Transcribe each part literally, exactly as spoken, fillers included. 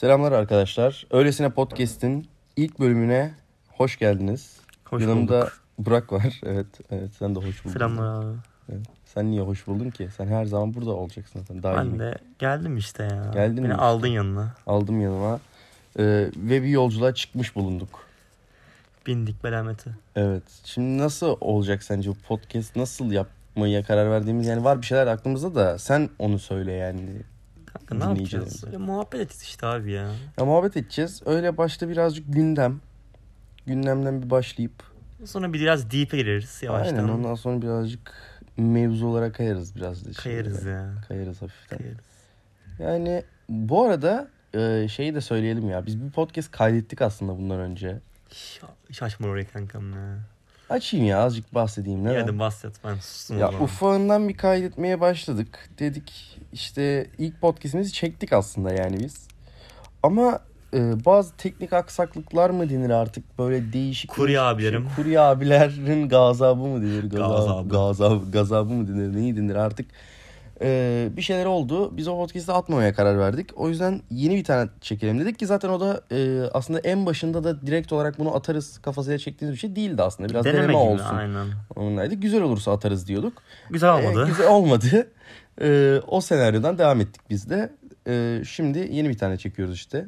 Selamlar arkadaşlar. Öylesine Podcast'in ilk bölümüne hoş geldiniz. Hoş Yanımda bulduk. Burak var. Evet, evet sen de hoş buldun. Selamlar abi. Evet. Sen niye hoş buldun ki? Sen her zaman burada olacaksın zaten. Daha Ben iyi. de geldim işte ya. Geldin Beni mi işte? aldın yanına. Aldım yanıma. Ee, ve bir yolculuğa çıkmış bulunduk. Bindik belamete. Evet. Şimdi nasıl olacak sence bu podcast? Nasıl yapmaya karar verdiğimiz, yani var bir şeyler aklımızda da sen onu söyle yani. Kanka ne yapacağız? Öyle muhabbet edeceğiz işte abi ya. Ya muhabbet edeceğiz. Öyle başta birazcık gündem. Gündemden bir başlayıp. Sonra bir biraz deep'e gireriz yavaştan. Aynen, ondan sonra birazcık mevzu olarak kayarız biraz da. Kayarız şöyle. ya. Kayarız hafiften. Kayarız. Yani bu arada e, şeyi de söyleyelim ya. Biz bir podcast kaydettik aslında bundan önce. Hiç, hiç açma orayı kankam ya. Açayım ya, azıcık bahsedeyim. Ne? Hadi bahset, ben sustum Ya o zaman. ufağından bir kaydetmeye başladık. Dedik işte ilk podcastimizi çektik aslında yani biz. Ama e, bazı teknik aksaklıklar mı denir artık, böyle değişik. Kurye değişik abilerim. Şey. Kurye abilerin gazabı mı denir? Gazabı. Gazabı. Gazabı mı denir? Neyi denir artık? E, bir şeyler oldu. Biz o podcast'ı atmamaya karar verdik. O yüzden yeni bir tane çekelim dedik ki zaten o da e, aslında en başında da direkt olarak bunu atarız kafasıyla çektiğimiz bir şey değildi aslında. Biraz deneme, Deneme gibi, olsun. aynen. Onlardaydı. Güzel olursa atarız diyorduk. Güzel olmadı. E, güzel olmadı. E, o senaryodan devam ettik biz de. E, şimdi yeni bir tane çekiyoruz işte.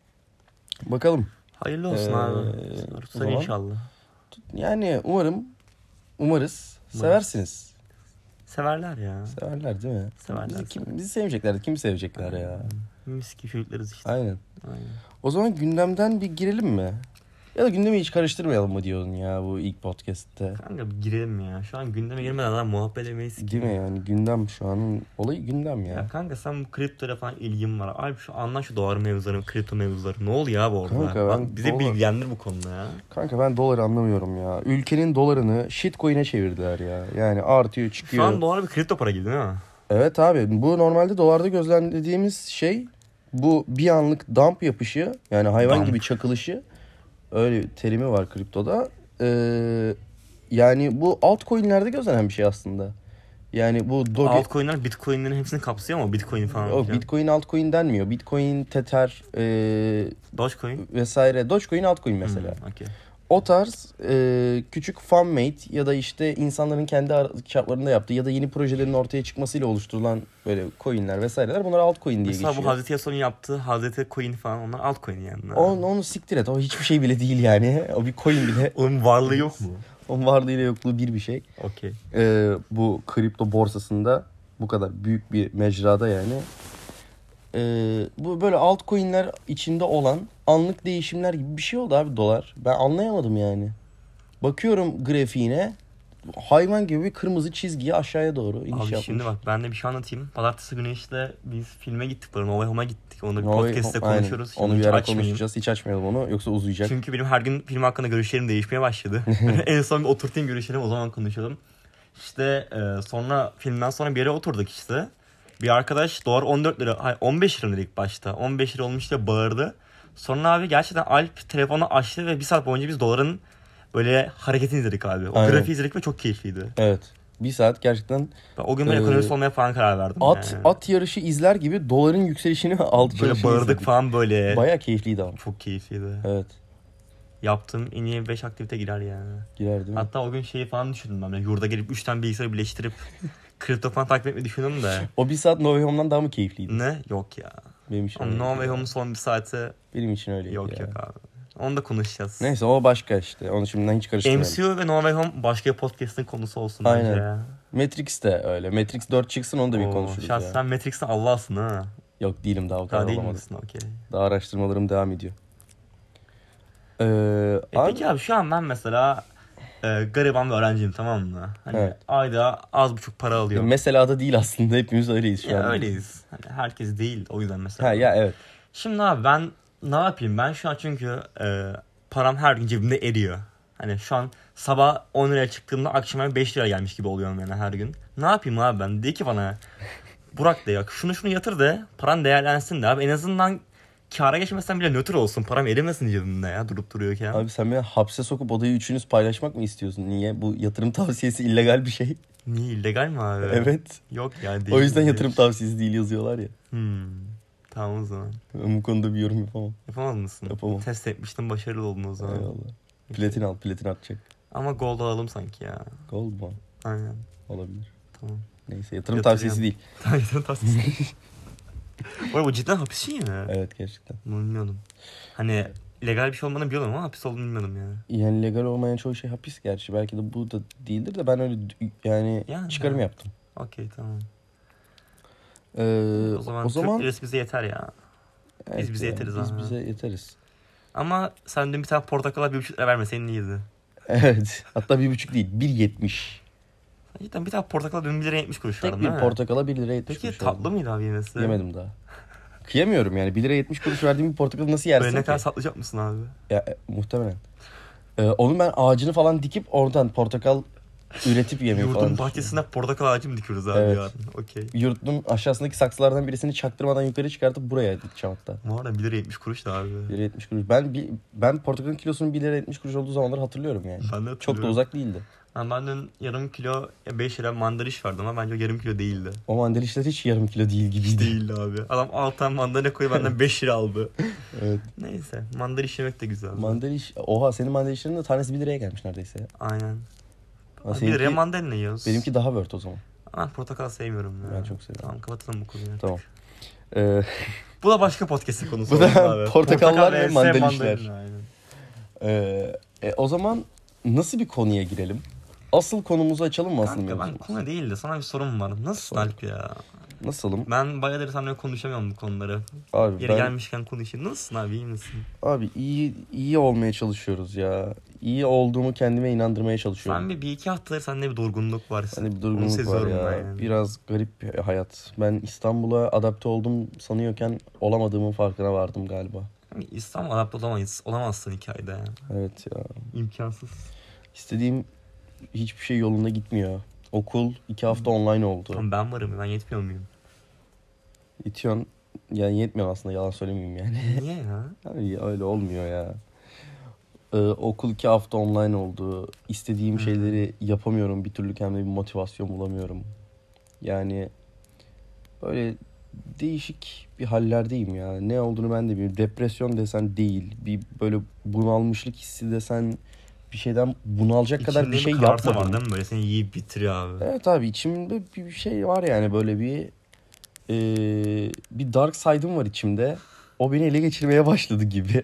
Bakalım. Hayırlı olsun Ee, abi. o Tutar zaman- inşallah. Yani umarım, umarız seversiniz. Severler ya. Severler değil mi? Severler, Bizi, kim, severler. bizi sevecekler. Kimi sevecekler ya? Mis gibi çocuklarız işte. Aynen. Aynen. O zaman gündemden bir girelim mi? Ya da gündemi hiç karıştırmayalım mı diyorsun ya bu ilk podcast'te? Kanka bir girelim ya. Şu an gündeme girmeden adam muhabbet edemeyiz ki. Değil mi yani? Gündem şu anın olayı gündem ya. Ya kanka sen bu kriptoya falan ilgin var. Abi şu anla şu dolar mevzuları, kripto mevzuları. Ne oluyor abi orada? Kanka ben Bak, bize dolar- bilgilendir bu konuda ya. Kanka ben doları anlamıyorum ya. Ülkenin dolarını shitcoin'e çevirdiler ya. Yani artıyor, çıkıyor. Şu an dolar bir kripto para gibi değil mi? Evet abi, bu normalde dolarda gözlemlediğimiz şey, bu bir anlık dump yapışı, yani hayvan Dump. gibi çakılışı, öyle bir terimi var kriptoda. Ee, yani bu altcoin'lerde gözlenen bir şey aslında. Yani bu Doge, Altcoin'ler Bitcoin'lerin hepsini kapsıyor ama Bitcoin falan. o filan. Bitcoin altcoin denmiyor. Bitcoin, Tether e, Dogecoin. vesaire. Dogecoin altcoin mesela. Hmm, okey. O tarz e, küçük fanmade ya da işte insanların kendi ara- çaplarında yaptığı ya da yeni projelerin ortaya çıkmasıyla oluşturulan böyle coinler vesaireler, bunlar altcoin diye Mesela geçiyor. bu Hazreti Yasuo'nun yaptığı Hazreti Coin falan, onlar altcoin yani. Onu, onu siktir et. O hiçbir şey bile değil yani. O bir coin bile. Onun varlığı yok mu? Onun varlığıyla yokluğu bir bir şey. Okey. Ee, bu kripto borsasında bu kadar büyük bir mecrada yani. Ee, bu böyle altcoin'ler içinde olan anlık değişimler gibi bir şey oldu abi dolar. Ben anlayamadım yani. Bakıyorum grafiğine, hayvan gibi bir kırmızı çizgiye aşağıya doğru iniş Abi yapmış. şimdi bak ben de bir şey anlatayım. Pazartesi günü işte biz filme gittik. Böyle Nova Home'a gittik. Onu bir Nova'yı- podcast'te aynen. konuşuyoruz. Şimdi Onu bir hiç ara açmayayım. konuşacağız. Hiç açmayalım onu, yoksa uzayacak. Çünkü benim her gün film hakkında görüşlerim değişmeye başladı. En son bir oturtayım görüşelim, o zaman konuşalım. İşte e, sonra filmden sonra bir yere oturduk işte. Bir arkadaş dolar on dört lira, hayır on beş lira ilk başta. on beş lira olmuş diye bağırdı. Sonra abi gerçekten Alp telefonu açtı ve bir saat boyunca biz doların böyle hareketini izledik abi. O Aynen. grafiği izledik ve çok keyifliydi. Evet. Bir saat gerçekten Ben o gün ben Ee, ekonomist olmaya falan karar verdim. at yani. at yarışı izler gibi doların yükselişini alçalışını Böyle bağırdık izledik. falan böyle. Bayağı keyifliydi ama. Çok keyifliydi. Evet. Yaptığım en iyi beş aktivite girer yani. Girer değil mi? Hatta o gün şeyi falan düşündüm ben. Yani yurda gelip üç tane bilgisayarı birleştirip kripto falan takip etmeyi düşündüm de. O bir saat No Way Home'dan daha mı keyifliydi? Ne? Yok ya. Benim için Ama öyleydi. No Way ya. Home'un son bir saati Benim için öyleydi yok ya. yok abi. Onu da konuşacağız. Neyse, o başka işte. Onu şimdiden hiç M karıştırmayalım. C U ve No Way Home başka bir podcast'ın konusu olsun Aynen. bence ya. Matrix de öyle. Matrix dört çıksın, onu da bir Oo, konuşuruz şahsen ya. sen Matrix'ten Allah'sın ha. Yok, değilim, daha o kadar Daha değil olamadım. misin? Okey. Daha araştırmalarım devam ediyor. Ee, E abi, peki abi şu an ben mesela e, gariban bir öğrenciyim, tamam mı? Hani Evet. ayda az buçuk para alıyorum. mesela da değil aslında. Hepimiz öyleyiz şu Ya an. öyleyiz. Hani herkes değil o yüzden mesela. Ha ya, evet. Şimdi abi ben ne yapayım? Ben şu an çünkü e, param her gün cebimde eriyor. Hani şu an sabah on liraya çıktığımda akşama beş lira gelmiş gibi oluyorum yani her gün. Ne yapayım abi ben? De ki bana Burak de ya şunu şunu yatır de paran değerlensin de abi, en azından kâra geçmesen bile nötr olsun. Param erimesin cebimde ya durup duruyorken. Abi sen beni hapse sokup odayı üçünüz paylaşmak mı istiyorsun? Niye? Bu yatırım tavsiyesi illegal bir şey. Niye, illegal mi abi? Evet. Yok ya, değil. O yüzden değil. yatırım tavsiyesi değil yazıyorlar ya. Hmm. Tamam o zaman. Ben bu konuda bir yorum yapamam. Yapamaz mısın? Yapamam. Test etmiştim, başarılı oldun o zaman. Eyvallah. Platin al, platin atacak. Ama gold alalım sanki ya. Gold mu? Aynen. Olabilir. Tamam. Neyse yatırım Yatırıyorum. tavsiyesi değil. Yatırım tavsiyesi. Oğlum bu cidden hapis şey mi? Evet gerçekten. Bunu bilmiyordum. Hani legal bir şey olmadığını biliyordum ama hapis olduğunu bilmiyordum yani. Yani legal olmayan çoğu şey hapis gerçi. Belki de bu da değildir de ben öyle d- yani, Yani, çıkarım evet. yaptım. Okey tamam. Ee, O zaman, o zaman Türk lirası bize yeter ya. evet biz bize ya, yeteriz Biz abi. bize yeteriz. Ama sen dün bir tane portakala bir buçuk lira vermeseydin iyiydi. Evet. Hatta bir buçuk değil. Bir yetmiş. Cidden bir tane portakala dün bir lira yetmiş kuruş Tek verdim bir değil mi? portakala bir lira yetmiş Peki kuruş tatlı verdim. mıydı abi yemesi? Yemedim daha. Kıyamıyorum yani. bir lira yetmiş kuruş verdiğim bir portakalı nasıl yersin Ölene ki? kadar satlayacak mısın abi? Ya, e, muhtemelen. Ee, onun ben ağacını falan dikip oradan portakal üretip yemeyi falan Yurdun düşünüyorum. bahçesinde portakal ağacı mı dikiyoruz abi Evet. yarın? Okey. Yurtun aşağısındaki saksılardan birisini çaktırmadan yukarı çıkartıp buraya dikeceğim hatta. Bu arada bir lira yetmiş kuruş da abi. bir lira yetmiş kuruş. Ben bir, ben portakalın kilosunun bir lira yetmiş kuruş olduğu zamanları hatırlıyorum yani. Ben de Çok da hatırlıyorum. uzak değildi. Yani ben dün yarım kilo beş lira mandaliş verdim ama bence o yarım kilo değildi. O mandalişler hiç yarım kilo değil Hiç gibiydi. değildi abi. Adam altı tane mandalina koyup benden beş lira aldı. Evet. Neyse mandaliş yemek de güzel. Mandaliş, oha senin mandalişlerin de tanesi bir liraya gelmiş neredeyse ya. Aynen. Ha, bir liraya seninki- mandalina yiyoruz. Benimki daha worth o zaman. Ben portakal sevmiyorum ya. Ben çok seviyorum. Tamam kapatalım bu konuyu. Tamam. Ee, Bu da başka podcast'in konusu. Bu da olsun abi. portakallar ve vs mandalişler. mandalina, aynen. e, e, o zaman nasıl bir konuya girelim? Asıl konumuzu açalım mı asıl Kanka ben mevzumuzu? konu değil de sana bir sorum var. Nasılsın Sor. Alp ya? Nasılım? Ben bayağıdır seninle konuşamıyorum bu konuları. Abi Yeri ben gelmişken konuşayım. Nasılsın abi, iyi misin? abi iyi iyi olmaya çalışıyoruz ya. İyi olduğumu kendime inandırmaya çalışıyorum. Sen bir, bir iki haftadır sende bir durgunluk var. Hani bir Onu durgunluk var seziyorum ya. ben yani. Biraz garip bir hayat. Ben İstanbul'a adapte oldum sanıyorken olamadığımın farkına vardım galiba. Yani İstanbul adapte olamayız. Olamazsın iki ayda ya. Evet ya. İmkansız. İstediğim hiçbir şey yolunda gitmiyor. Okul iki hafta online oldu. Ama ben varım. Ben yetmiyor muyum? İtiyorsun. Yani yetmiyor aslında, yalan söylemeyeyim yani. Niye ya? Yani öyle olmuyor ya. Ee, okul iki hafta online oldu. İstediğim Hmm. şeyleri yapamıyorum. Bir türlü kendime bir motivasyon bulamıyorum. Yani böyle değişik bir hallerdeyim ya. Ne olduğunu ben de bilmiyorum. Depresyon desen değil. Bir böyle bunalmışlık hissi desen, bir şeyden bunalacak kadar İçinde bir şey karartı var yapmadım. değil mi? Böyle seni yiyip bitiriyor abi. Evet abi, içimde bir şey var yani, böyle bir eee, bir dark side'ım var içimde. O beni ele geçirmeye başladı gibi.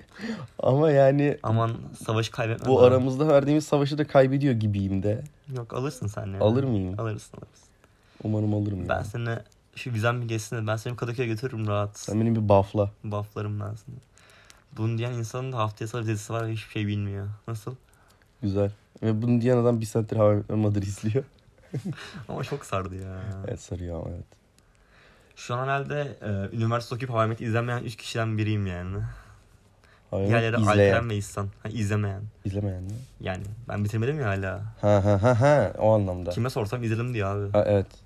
Ama yani Aman savaşı kaybetme. bu bari. aramızda verdiğimiz savaşı da kaybediyor gibiyim de. Yok alırsın sen ya. Alır mıyım? Alırsın alırsın. Umarım alırım ya. Ben seni şu vizem bir geçsin de ben seni Kadıköy'e götürürüm rahat. Sen beni bir buffla. Bufflarım ben seni. Bunu diyen insanın da haftaya salı dizisi var ve hiçbir şey bilmiyor. Nasıl? Güzel. Ve bunu diyen adam bir saattir How I Met My Mother izliyor. Ama çok sardı ya. Evet, sarıyor ama evet. Şu an herhalde e, üniversite okuyup How I Met'i izlemeyen üç kişiden biriyim yani. How I Diğerleri Met Alperen izleyen. ve İhsan. Ha, izlemeyen. İzlemeyen mi? Yani ben bitirmedim ya hala. Ha ha ha ha, o anlamda. Kime sorsam izledim diyor abi. Ha, evet.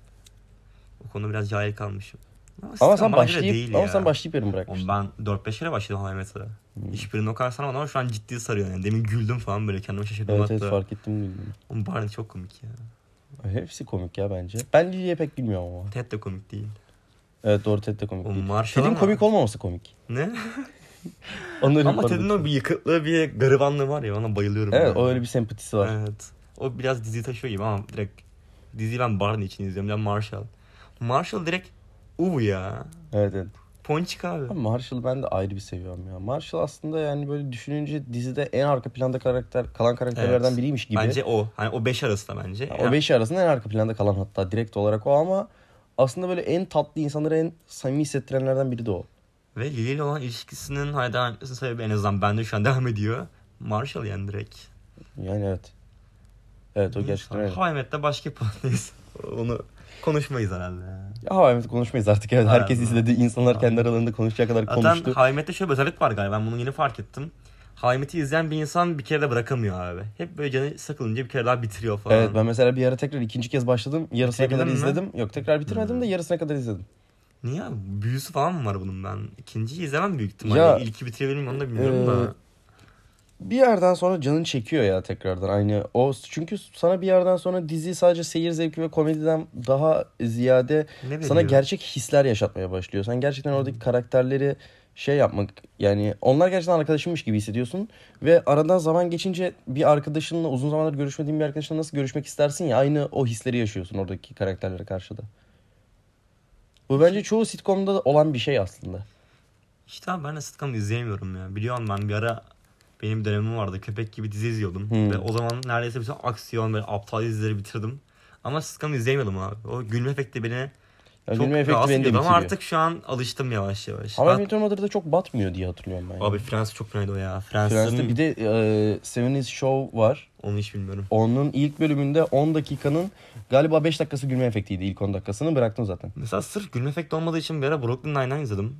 O konu biraz cahil kalmışım. Ama sistem sen bana göre başlayıp değil ama ya. sen başlayıp yarım Oğlum bırakmıştın. ben dört beş kere başladım How I Met'e. Hmm. Hiçbirini o kadar saramadım ama şu an ciddi sarıyor yani. Demin güldüm falan böyle kendime şaşırdım Evet hatta. evet, fark ettim bilmiyorum. Oğlum Barney çok komik ya. Hepsi komik ya bence. Ben Lily'ye pek bilmiyorum ama. Ted de komik değil. Evet doğru, Ted de komik O değil. Marshall Ted'in ama- komik olmaması komik. Ne? Onların Ama parodiesi. Ted'in o bir yıkıklığı bir garibanlığı var ya, ona bayılıyorum. Evet, ben. o öyle bir sempatisi var. Evet. O biraz diziyi taşıyor gibi ama direkt diziyi ben Barney için izliyorum. Yani Marshall. Marshall direkt uvu ya. Evet evet. Ponçik abi. Ama Marshall'ı ben de ayrı bir seviyorum ya. Marshall aslında yani böyle düşününce dizide en arka planda karakter kalan karakterlerden Evet. biriymiş gibi. Bence o. Hani o beş arasında bence. Ya, Ya, o beşi arasında en arka planda kalan, hatta direkt olarak o, ama aslında böyle en tatlı, insanları en samimi hissettirenlerden biri de o. Ve Lily ile olan ilişkisinin hala devam etmesinin sebebi, en azından bende şu an devam ediyor. Marshall yani direkt. Yani evet. Evet, o gerçekten öyle. How I Met'te başka yapalıyız. Onu konuşmayız herhalde. ya. Ya How I Met'i konuşmayız artık. Evet, herkes Aynen. izledi. İnsanlar Aynen. kendi aralarında konuşacağı kadar Zaten konuştu. How I Met'te şöyle bir özellik var galiba. Ben bunu yeni fark ettim. How I Met'i izleyen bir insan bir kere de bırakamıyor abi. Hep böyle canı sıkılınca bir kere daha bitiriyor falan. Evet, ben mesela bir ara tekrar ikinci kez başladım. Yarısına kadar Bitirebildin mi? izledim. Yok, tekrar bitirmedim Hmm. de yarısına kadar izledim. Niye abi? Büyüsü falan mı var bunun ben? İkinciyi izlemem büyük ihtimalle. Ya, İlki bitirebilir miyim onu da bilmiyorum Ee, da. bir yerden sonra canın çekiyor ya tekrardan aynı o, çünkü sana bir yerden sonra dizi sadece seyir zevki ve komediden daha ziyade Ne sana veriyor? gerçek hisler yaşatmaya başlıyor. Sen gerçekten oradaki karakterleri şey yapmak, yani onlar gerçekten arkadaşınmış gibi hissediyorsun ve aradan zaman geçince bir arkadaşınla, uzun zamandır görüşmediğin bir arkadaşınla nasıl görüşmek istersin ya, aynı o hisleri yaşıyorsun oradaki karakterlere karşı da. Bu bence çoğu sitcom'da da olan bir şey aslında. İşte abi ben de sitcom izleyemiyorum ya. Biliyorum ben bir ara benim dönemim vardı. Köpek gibi dizi izliyordum. Hmm. Ve o zaman neredeyse bütün aksiyon ve aptal dizileri bitirdim. Ama sitcom izleyemiyordum abi. O gülme efekti beni Ya çok gülme efekti rahatsız beni de ediyordu ama bitiriyor. artık şu an alıştım yavaş yavaş. How I Hat- Met Your Mother'da çok batmıyor diye hatırlıyorum ben. Abi yani. Friends çok fenaydı o ya. Friends'te Friends'in bir de e, seventies Show var. onu hiç bilmiyorum. Onun ilk bölümünde on dakikanın galiba beş dakikası gülme efektiydi. İlk on dakikasını bıraktım zaten. Mesela sırf gülme efekti olmadığı için bir ara Brooklyn Nine-Nine izledim.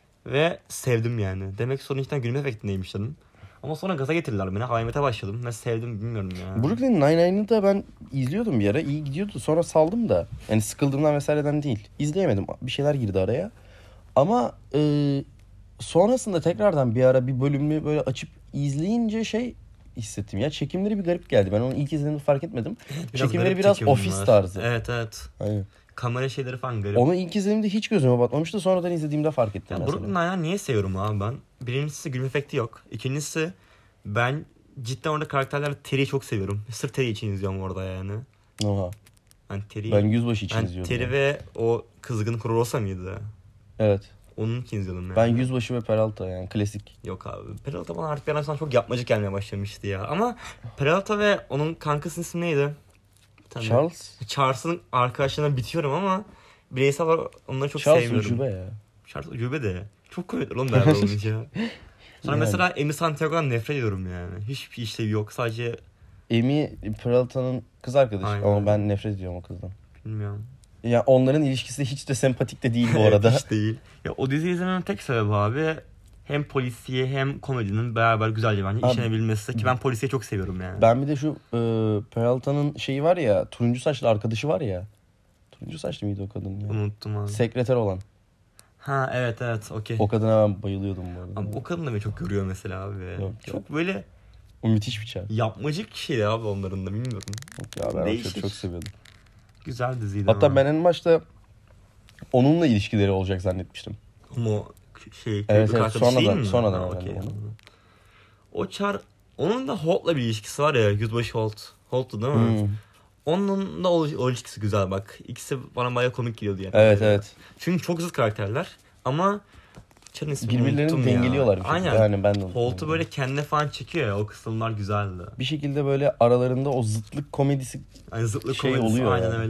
Ve sevdim yani. Demek sorun içten gülme efektindeymiş dedim. Ama sonra gaza getirdiler beni. Haymet'e başladım ve sevdim bilmiyorum ya. Brooklyn Nine-Nine'ı da ben izliyordum bir ara. İyi gidiyordu. Sonra saldım da. Yani sıkıldığımdan vesaireden değil. İzleyemedim. Bir şeyler girdi araya. Ama e, sonrasında tekrardan bir ara bir bölümü böyle açıp izleyince şey hissettim ya. Çekimleri bir garip geldi. Ben onu ilk izlediğimde fark etmedim. Çekimleri garip biraz çekim ofis var. tarzı. Evet evet. Aynen. Kamera şeyleri falan garip. Onu ilk izlediğimde hiç gözüme batmamıştı. Sonradan izlediğimde fark ettim Ya mesela. Brooklyn Nine-Nine niye seviyorum abi ben? Birincisi gülme efekti yok. İkincisi ben cidden orada karakterler Terry'i çok seviyorum. Sırf Terry için izliyorum orada yani. Oha. Hani Terry, Ben Yüzbaşı için ben izliyordum. Terry yani. ve o kızgın Kurosa mıydı? Evet. Onun için izliyordum yani. Ben Yüzbaşı ve Peralta yani klasik. Yok abi. Peralta bana artık bir yerden sonra çok yapmacık gelmeye başlamıştı ya. Ama Peralta ve onun kankasının ismi neydi? Bir tane- Charles. Charles'ın arkadaşlarından bitiyorum ama bireysel olarak onları çok Charles sevmiyorum. ucube ya. Charles ucube de. Çok komik oğlum beraber olunca. Sonra Yani. mesela Amy Santiago'dan nefret ediyorum yani. Hiçbir işlevi yok. Sadece Amy Peralta'nın kız arkadaşı Aynen. ama ben nefret ediyorum o kızdan. bilmiyorum. Ya onların ilişkisi hiç de sempatik de değil bu arada. Hiç değil. Ya o diziyi izlememin tek sebebi abi hem polisiye hem komedinin beraber güzelce bence Abi- işlenebilmesi ki ben polisiye çok seviyorum yani. Ben bir de şu e, Peralta'nın şeyi var ya, turuncu saçlı arkadaşı var ya. Turuncu saçlı mıydı o kadın ya? Unuttum abi. Sekreter olan. Ha evet evet okey. O kadına ben bayılıyordum bu arada. Abi o kadın da beni çok görüyor mesela abi. Yok ya. çok böyle O müthiş bir çar. yapmacık şey abi onların da bilmiyorum. Ya ben onu çok, Değişik. çok seviyordum. Güzel diziydi Hatta ama. ben en başta onunla ilişkileri olacak zannetmiştim. Ama o şey Evet, köylü evet, arkadaşı sonradan- değil mi? sonradan Ha, öğrendim okey. onu. O Char onun da Holt'la bir ilişkisi var ya Yüzbaşı Holt. Holt'tu değil mi? Hmm. Onun da o, o ilişkisi güzel bak. İkisi bana bayağı komik geliyordu yani. Evet evet. Çünkü çok zıt karakterler ama Char'ın ismini Birbirlerini unuttum ya. dengeliyorlar bir şekilde. Aynen. Yani ben de unuttum. Holt'u böyle kendine falan çekiyor ya o kısımlar güzeldi. Bir şekilde böyle aralarında o zıtlık komedisi Yani zıtlık Şey komedisi oluyor aynen yani. öyle.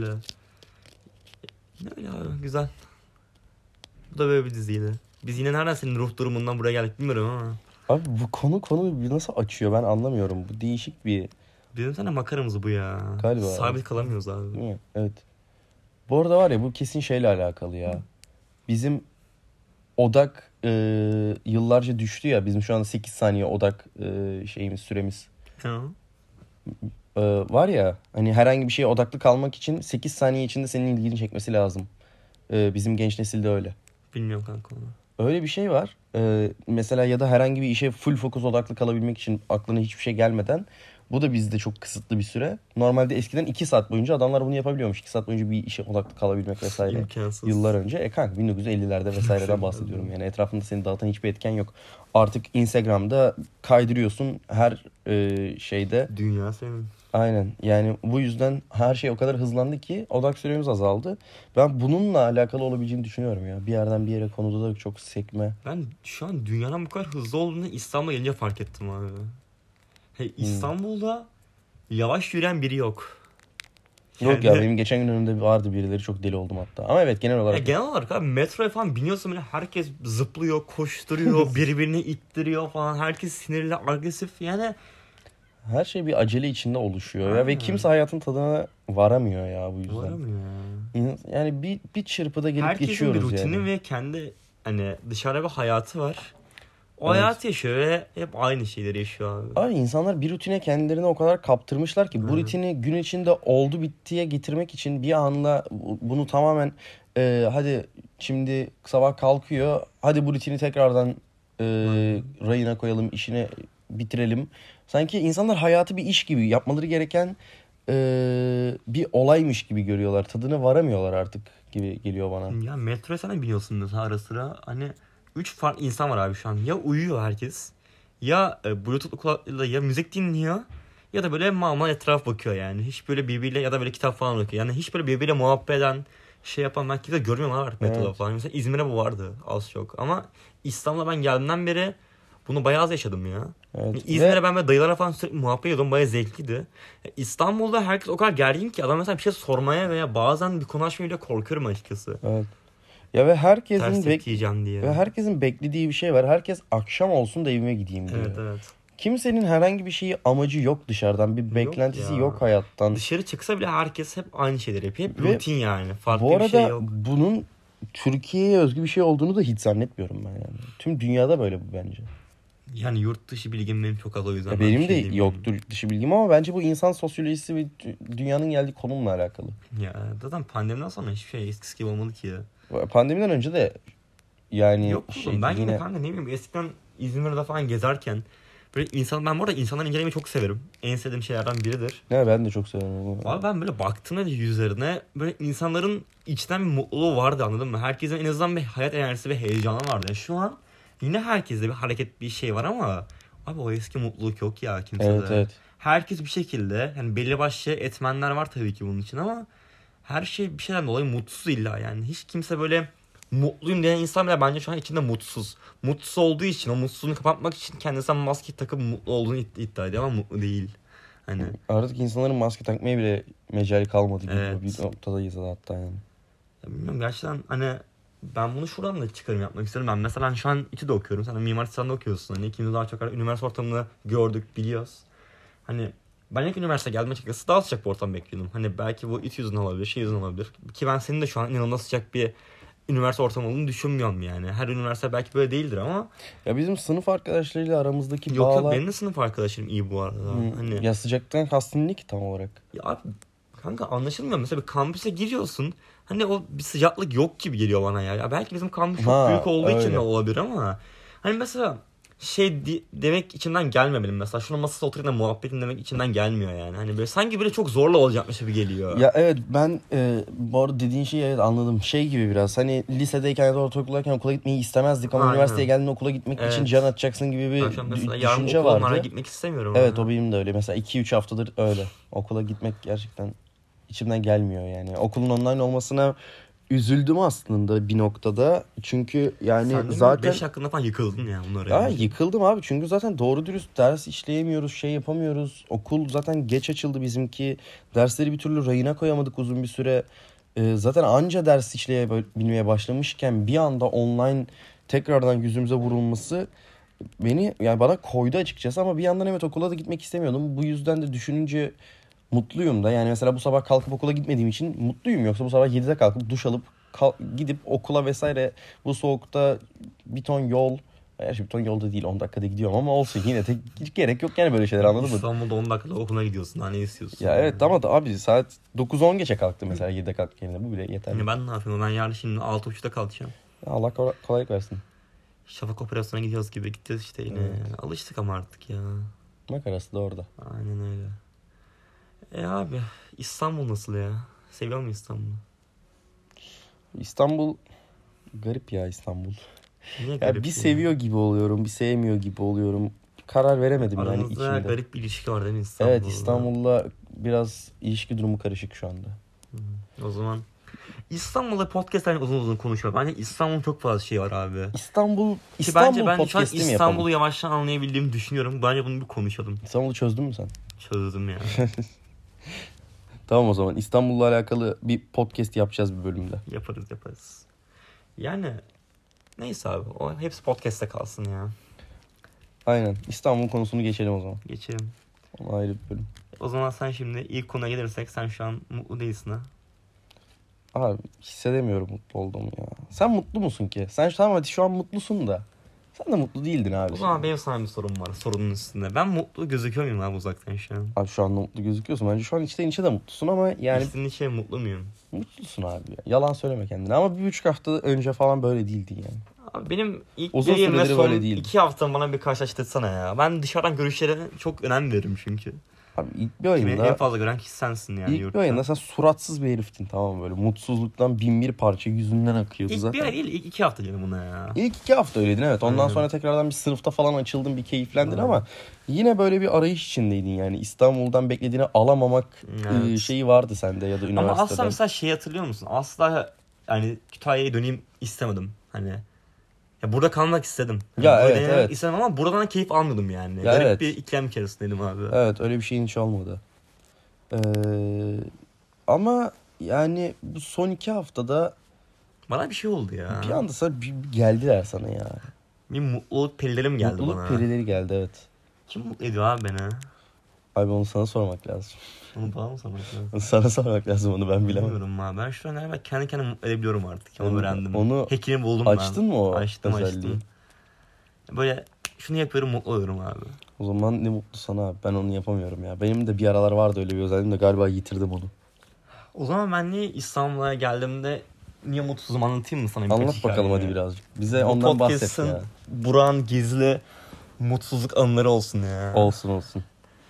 Ne öyle abi güzel. Bu da böyle bir diziydi. Biz yine nereden senin ruh durumundan buraya geldik bilmiyorum ama. Abi bu konu konu bir nasıl açıyor ben anlamıyorum. Bu değişik bir, Bizim sana makaramız bu ya. Galiba. Sabit kalamıyoruz abi. değil mi? Evet. Bu arada var ya, bu kesin şeyle alakalı ya. Bizim odak e, yıllarca düştü ya. Bizim şu anda sekiz saniye odak e, şeyimiz, süremiz. Ha. E, var ya hani herhangi bir şeye odaklı kalmak için sekiz saniye içinde senin ilgini çekmesi lazım. E, bizim genç nesilde öyle. Bilmiyorum kanka onu. Öyle bir şey var. Ee, mesela ya da herhangi bir işe full fokus odaklı kalabilmek için aklına hiçbir şey gelmeden, bu da bizde çok kısıtlı bir süre. Normalde eskiden iki saat boyunca adamlar bunu yapabiliyormuş. iki saat boyunca bir işe odaklı kalabilmek vesaire. İmkansız. Yıllar önce. E kanka bin dokuz yüz ellilerde vesaireden bahsediyorum. Yani etrafında seni dağıtan hiçbir etken yok. Artık Instagram'da kaydırıyorsun her e, şeyde. Dünya senin. Aynen. Yani bu yüzden her şey o kadar hızlandı ki odak süremiz azaldı. Ben bununla alakalı olabileceğini düşünüyorum ya. Bir yerden bir yere konuda da çok sekme. Ben şu an dünyanın bu kadar hızlı olduğunu İstanbul'a gelince fark ettim abi. Hey, İstanbul'da yavaş yürüyen biri yok. Yok ya, Yani- benim geçen gün önümde vardı birileri, çok deli oldum hatta. Ama evet, genel Ya olarak. genel olarak abi metroya falan biniyorsun böyle herkes zıplıyor, koşturuyor, birbirini ittiriyor falan. Herkes sinirli, agresif. Yani Her şey bir acele içinde oluşuyor ya ve Aynen. kimse hayatın tadına varamıyor ya bu yüzden. varamıyor ya. İnan- Yani bir bir çırpıda gelip Herkesin bir geçiyoruz rutini yani. ve kendi hani dışarıda bir hayatı var. O Evet. hayatı yaşıyor ve hep aynı şeyleri yaşıyor abi. Abi insanlar bir rutine kendilerini o kadar kaptırmışlar ki bu rutini gün içinde oldu bittiye getirmek için bir anda bu- bunu tamamen e, hadi şimdi sabah kalkıyor, hadi bu rutini tekrardan e, rayına koyalım, işini bitirelim. Sanki insanlar hayatı bir iş gibi, yapmaları gereken e, bir olaymış gibi görüyorlar. Tadına varamıyorlar artık gibi geliyor bana. Ya metroya sen de biniyorsun mesela ara sıra. Hani üç farklı insan var abi şu an. Ya uyuyor herkes. Ya e, Bluetooth kulaklığıyla ya müzik dinliyor. Ya da böyle mal mal etraf bakıyor yani. Hiç böyle birbiriyle ya da böyle kitap falan okuyor. Yani hiç böyle birbiriyle muhabbet eden şey yapan ben kimse görmüyorum abi artık metroda Evet. falan. Mesela İzmir'e bu vardı az çok. Ama İstanbul'a ben geldiğimden beri bunu bayağı az yaşadım ya. Evet. Yani İzmir'e Ve ben böyle dayılara falan sürekli muhabbet ediyordum. Bayağı zevkliydi. Ya İstanbul'da herkes o kadar gergin ki adam mesela bir şey sormaya veya bazen bir konu açmaya bile korkuyorum açıkçası. evet. Ya ve herkesin Ters bek tepki yiyeceğim diye. ve herkesin beklediği bir şey var. Herkes akşam olsun da evime gideyim diyor. Evet evet. Kimsenin herhangi bir şeyi amacı yok dışarıdan. Bir beklentisi ya. yok hayattan. Dışarı çıksa bile herkes hep aynı şeyleri yapıyor. Hep Ve rutin yani. Farklı Bu bir arada şey yok. bunun Türkiye'ye özgü bir şey olduğunu da hiç zannetmiyorum ben yani. Tüm dünyada böyle bu bence. Yani yurt dışı bilgim benim çok az o yüzden. Ya ben bir benim şey de diyemiyorum. yoktur yurt dışı bilgim ama bence bu insan sosyolojisi ve dü- dünyanın geldiği konumla alakalı. Ya zaten pandemiden sonra hiçbir şey eskisi gibi olmadı ki ya. Pandemiden önce de yani Yok oğlum şey ben yine yine kanka ne bileyim eskiden İzmir'de falan gezerken böyle insan ben bu arada insanları incelemeyi çok severim. En sevdiğim şeylerden biridir. ne ben de çok seviyorum onu. Abi ben böyle baktığımda yüzlerine böyle insanların içten bir mutluluğu vardı anladın mı? Herkesin en azından bir hayat enerjisi ve heyecanı vardı. Yani şu an yine herkeste bir hareket bir şey var ama abi o eski mutluluk yok ya kimsede. Evet evet. Herkes bir şekilde yani belli başlı etmenler var tabii ki bunun için ama her şey bir şeyden dolayı mutsuz illa yani. Hiç kimse böyle mutluyum diyen insan bile bence şu an içinde mutsuz. Mutsuz olduğu için o mutsuzluğunu kapatmak için kendisine maske takıp mutlu olduğunu iddia iddia ediyor ama mutlu değil. Hani Artık insanların maske takmaya bile mecali kalmadı gibi Evet. bir noktadayız hatta yani. ya bilmiyorum gerçekten hani ben bunu şuradan da çıkarım yapmak istiyorum. Ben mesela hani şu an İTÜ'de okuyorum. Sen de Mimar Sinan'da okuyorsun. Hani ikimiz daha çok üniversite ortamını gördük, biliyoruz. Hani ben ilk üniversite geldiğimde açıkçası daha sıcak bir ortam bekliyordum. Hani belki bu İTÜ yüzünden olabilir, şey yüzünden olabilir. Ki ben senin de şu an inanılmaz sıcak bir üniversite ortamı olduğunu düşünmüyorum yani. Her üniversite belki böyle değildir ama Ya bizim sınıf arkadaşlarıyla aramızdaki yok yok bağlar benim de sınıf arkadaşlarım iyi bu arada. Hı, Hani ya sıcaktan kastın ne ki tam olarak? ya abi kanka anlaşılmıyor. Mesela bir kampüse giriyorsun. Hani o bir sıcaklık yok gibi geliyor bana ya. Ya belki bizim kampüs çok Ha, büyük olduğu için öyle. de olabilir ama hani mesela şey di- demek içinden gelmiyor benim mesela. Şuna masada oturayım da muhabbetin demek içinden gelmiyor yani. Hani böyle sanki böyle çok zorla olacakmış gibi geliyor. Ya evet ben e, bu arada dediğin şeyi evet anladım. Şey gibi biraz hani lisedeyken ya da ortaokuldayken okula gitmeyi istemezdik ama Aynen. üniversiteye geldiğinde okula gitmek için Evet. can atacaksın gibi bir Ben şu an mesela dü- yarın düşünce okula onlara vardı. gitmek istemiyorum. Evet ama. o benim de öyle. Mesela iki üç haftadır öyle. Okula gitmek gerçekten içimden gelmiyor yani. Okulun online olmasına üzüldüm aslında bir noktada. Çünkü yani Sen de zaten beş hakkında falan yıkıldın ya bunları. ya yani. yıkıldım abi çünkü zaten doğru dürüst ders işleyemiyoruz, şey yapamıyoruz. Okul zaten geç açıldı bizimki. Dersleri bir türlü rayına koyamadık uzun bir süre. Ee, zaten anca ders işleyebilmeye başlamışken bir anda online tekrardan yüzümüze vurulması beni yani bana koydu açıkçası ama bir yandan evet okula da gitmek istemiyordum. Bu yüzden de düşününce mutluyum da. Yani mesela bu sabah kalkıp okula gitmediğim için mutluyum. Yoksa bu sabah yedide kalkıp duş alıp kal- gidip okula vesaire bu soğukta bir ton yol. Gerçi bir ton yolda değil on dakikada gidiyorum ama olsun yine de hiç gerek yok yani böyle şeyler anladın mı? İstanbul'da on dakikada okula gidiyorsun. Hani ne istiyorsun? Ya evet ama da abi saat dokuz on geçe kalktım mesela yedide kalktık yerine bu bile yeterli. Hani ben ne yapayım? Ben yarın şimdi altı buçukta kalkacağım. Allah kolay- kolaylık versin. Şafak operasyona gidiyoruz gibi gideceğiz işte yine. Evet. Alıştık ama artık ya. Makarası da orada. Aynen öyle. E abi İstanbul nasıl ya? Seviyor musun İstanbul'u? İstanbul garip ya İstanbul. Niye Ya garip bir ya? seviyor gibi oluyorum, bir sevmiyor gibi oluyorum. Karar veremedim yani Aranızda içimde. garip bir ilişki var değil mi İstanbul'da? Evet İstanbul'la biraz ilişki durumu karışık şu anda. Hı. O zaman İstanbul'da podcast'ten uzun uzun konuşuyor. Bence İstanbul'un çok fazla şey var abi. İstanbul Ki İstanbul bence ben şu an podcast'i mi İstanbul'u yapalım? yavaştan anlayabildiğimi düşünüyorum. Bence bunu bir konuşalım. İstanbul'u çözdün mü sen? Çözdüm ya. Tamam o zaman İstanbul'la alakalı bir podcast yapacağız bir bölümde. Yaparız yaparız. Yani neyse abi. O hepsi podcast'te kalsın ya. Aynen İstanbul konusunu geçelim o zaman. Geçelim. Ona ayrı bir bölüm. O zaman sen şimdi ilk konuya gelirsek sen şu an mutlu değilsin ha. Abi hissedemiyorum mutlu olduğumu ya. Sen mutlu musun ki? Sen tamam hadi şu an mutlusun da. Sen de mutlu değildin abi. O zaman benim sana bir sorum var. Sorunun üstünde. Ben mutlu gözüküyor muyum abi uzaktan şu an? Abi şu anda mutlu gözüküyorsun. Bence şu an içten içe de mutlusun ama yani İçten içe şey mutlu muyum? mutlusun abi ya. Yalan söyleme kendine. Ama bir buçuk hafta önce falan böyle değildi yani. Abi benim ilk Uzun bir yerimle süredir son böyle değil. iki hafta bana bir karşılaştırsana ya. Ben dışarıdan görüşlere çok önem veririm çünkü. Abi ilk bir Beni en oyunda fazla gören kişi sensin yani ilk bir yurtta. oyunda sen suratsız bir heriftin, tamam mı? Böyle mutsuzluktan bin bir parça yüzünden akıyordu İlk zaten. bir ay değil, ilk iki hafta canım buna ya. İlk iki hafta öyleydin, evet. Ondan Aynen. sonra tekrardan bir sınıfta falan açıldın, bir keyiflendin Aynen. ama yine böyle bir arayış içindeydin yani. İstanbul'dan beklediğini alamamak Evet. e, şeyi vardı sende ya da Ama üniversiteden. asla mesela şey hatırlıyor musun? Asla yani Kütahya'ya döneyim istemedim. Hani ya burada kalmak istedim. Hani Ya burada evet, denemek evet. istedim ama buradan keyif almadım yani. Ya Garip evet. bir ikilem içerisindeydim abi. Evet, öyle bir şeyin hiç olmadı. Ee, ama yani bu son iki haftada Bana bir şey oldu ya. bir anda sana bir, bir geldiler sana ya. Bir mutluluk perilerim geldi Mutluluk bana. perileri geldi, evet. Kim mutlu ediyor abi beni? Abi onu sana sormak lazım. Onu bana mı sormak lazım? Sana sormak lazım, onu ben bilemem. Bilmiyorum abi. Ben şu an galiba kendi kendimi mutlu edebiliyorum artık. Onu Onu- öğrendim. onu Hackini buldum ben. Açtın mı o Açtım özelliği? açtım. Böyle şunu yapıyorum mutlu oluyorum abi. O zaman ne mutlu sana abi. Ben onu yapamıyorum ya. Benim de bir aralar vardı öyle bir özelliğim de galiba yitirdim onu. O zaman ben niye İstanbul'a geldiğimde niye mutsuzum anlatayım mı sana birkaç Anlat bakalım hikaye? hadi birazcık. Bize Bu ondan bahset podcast'ın ya. Burak'ın gizli mutsuzluk anıları olsun ya. Olsun olsun.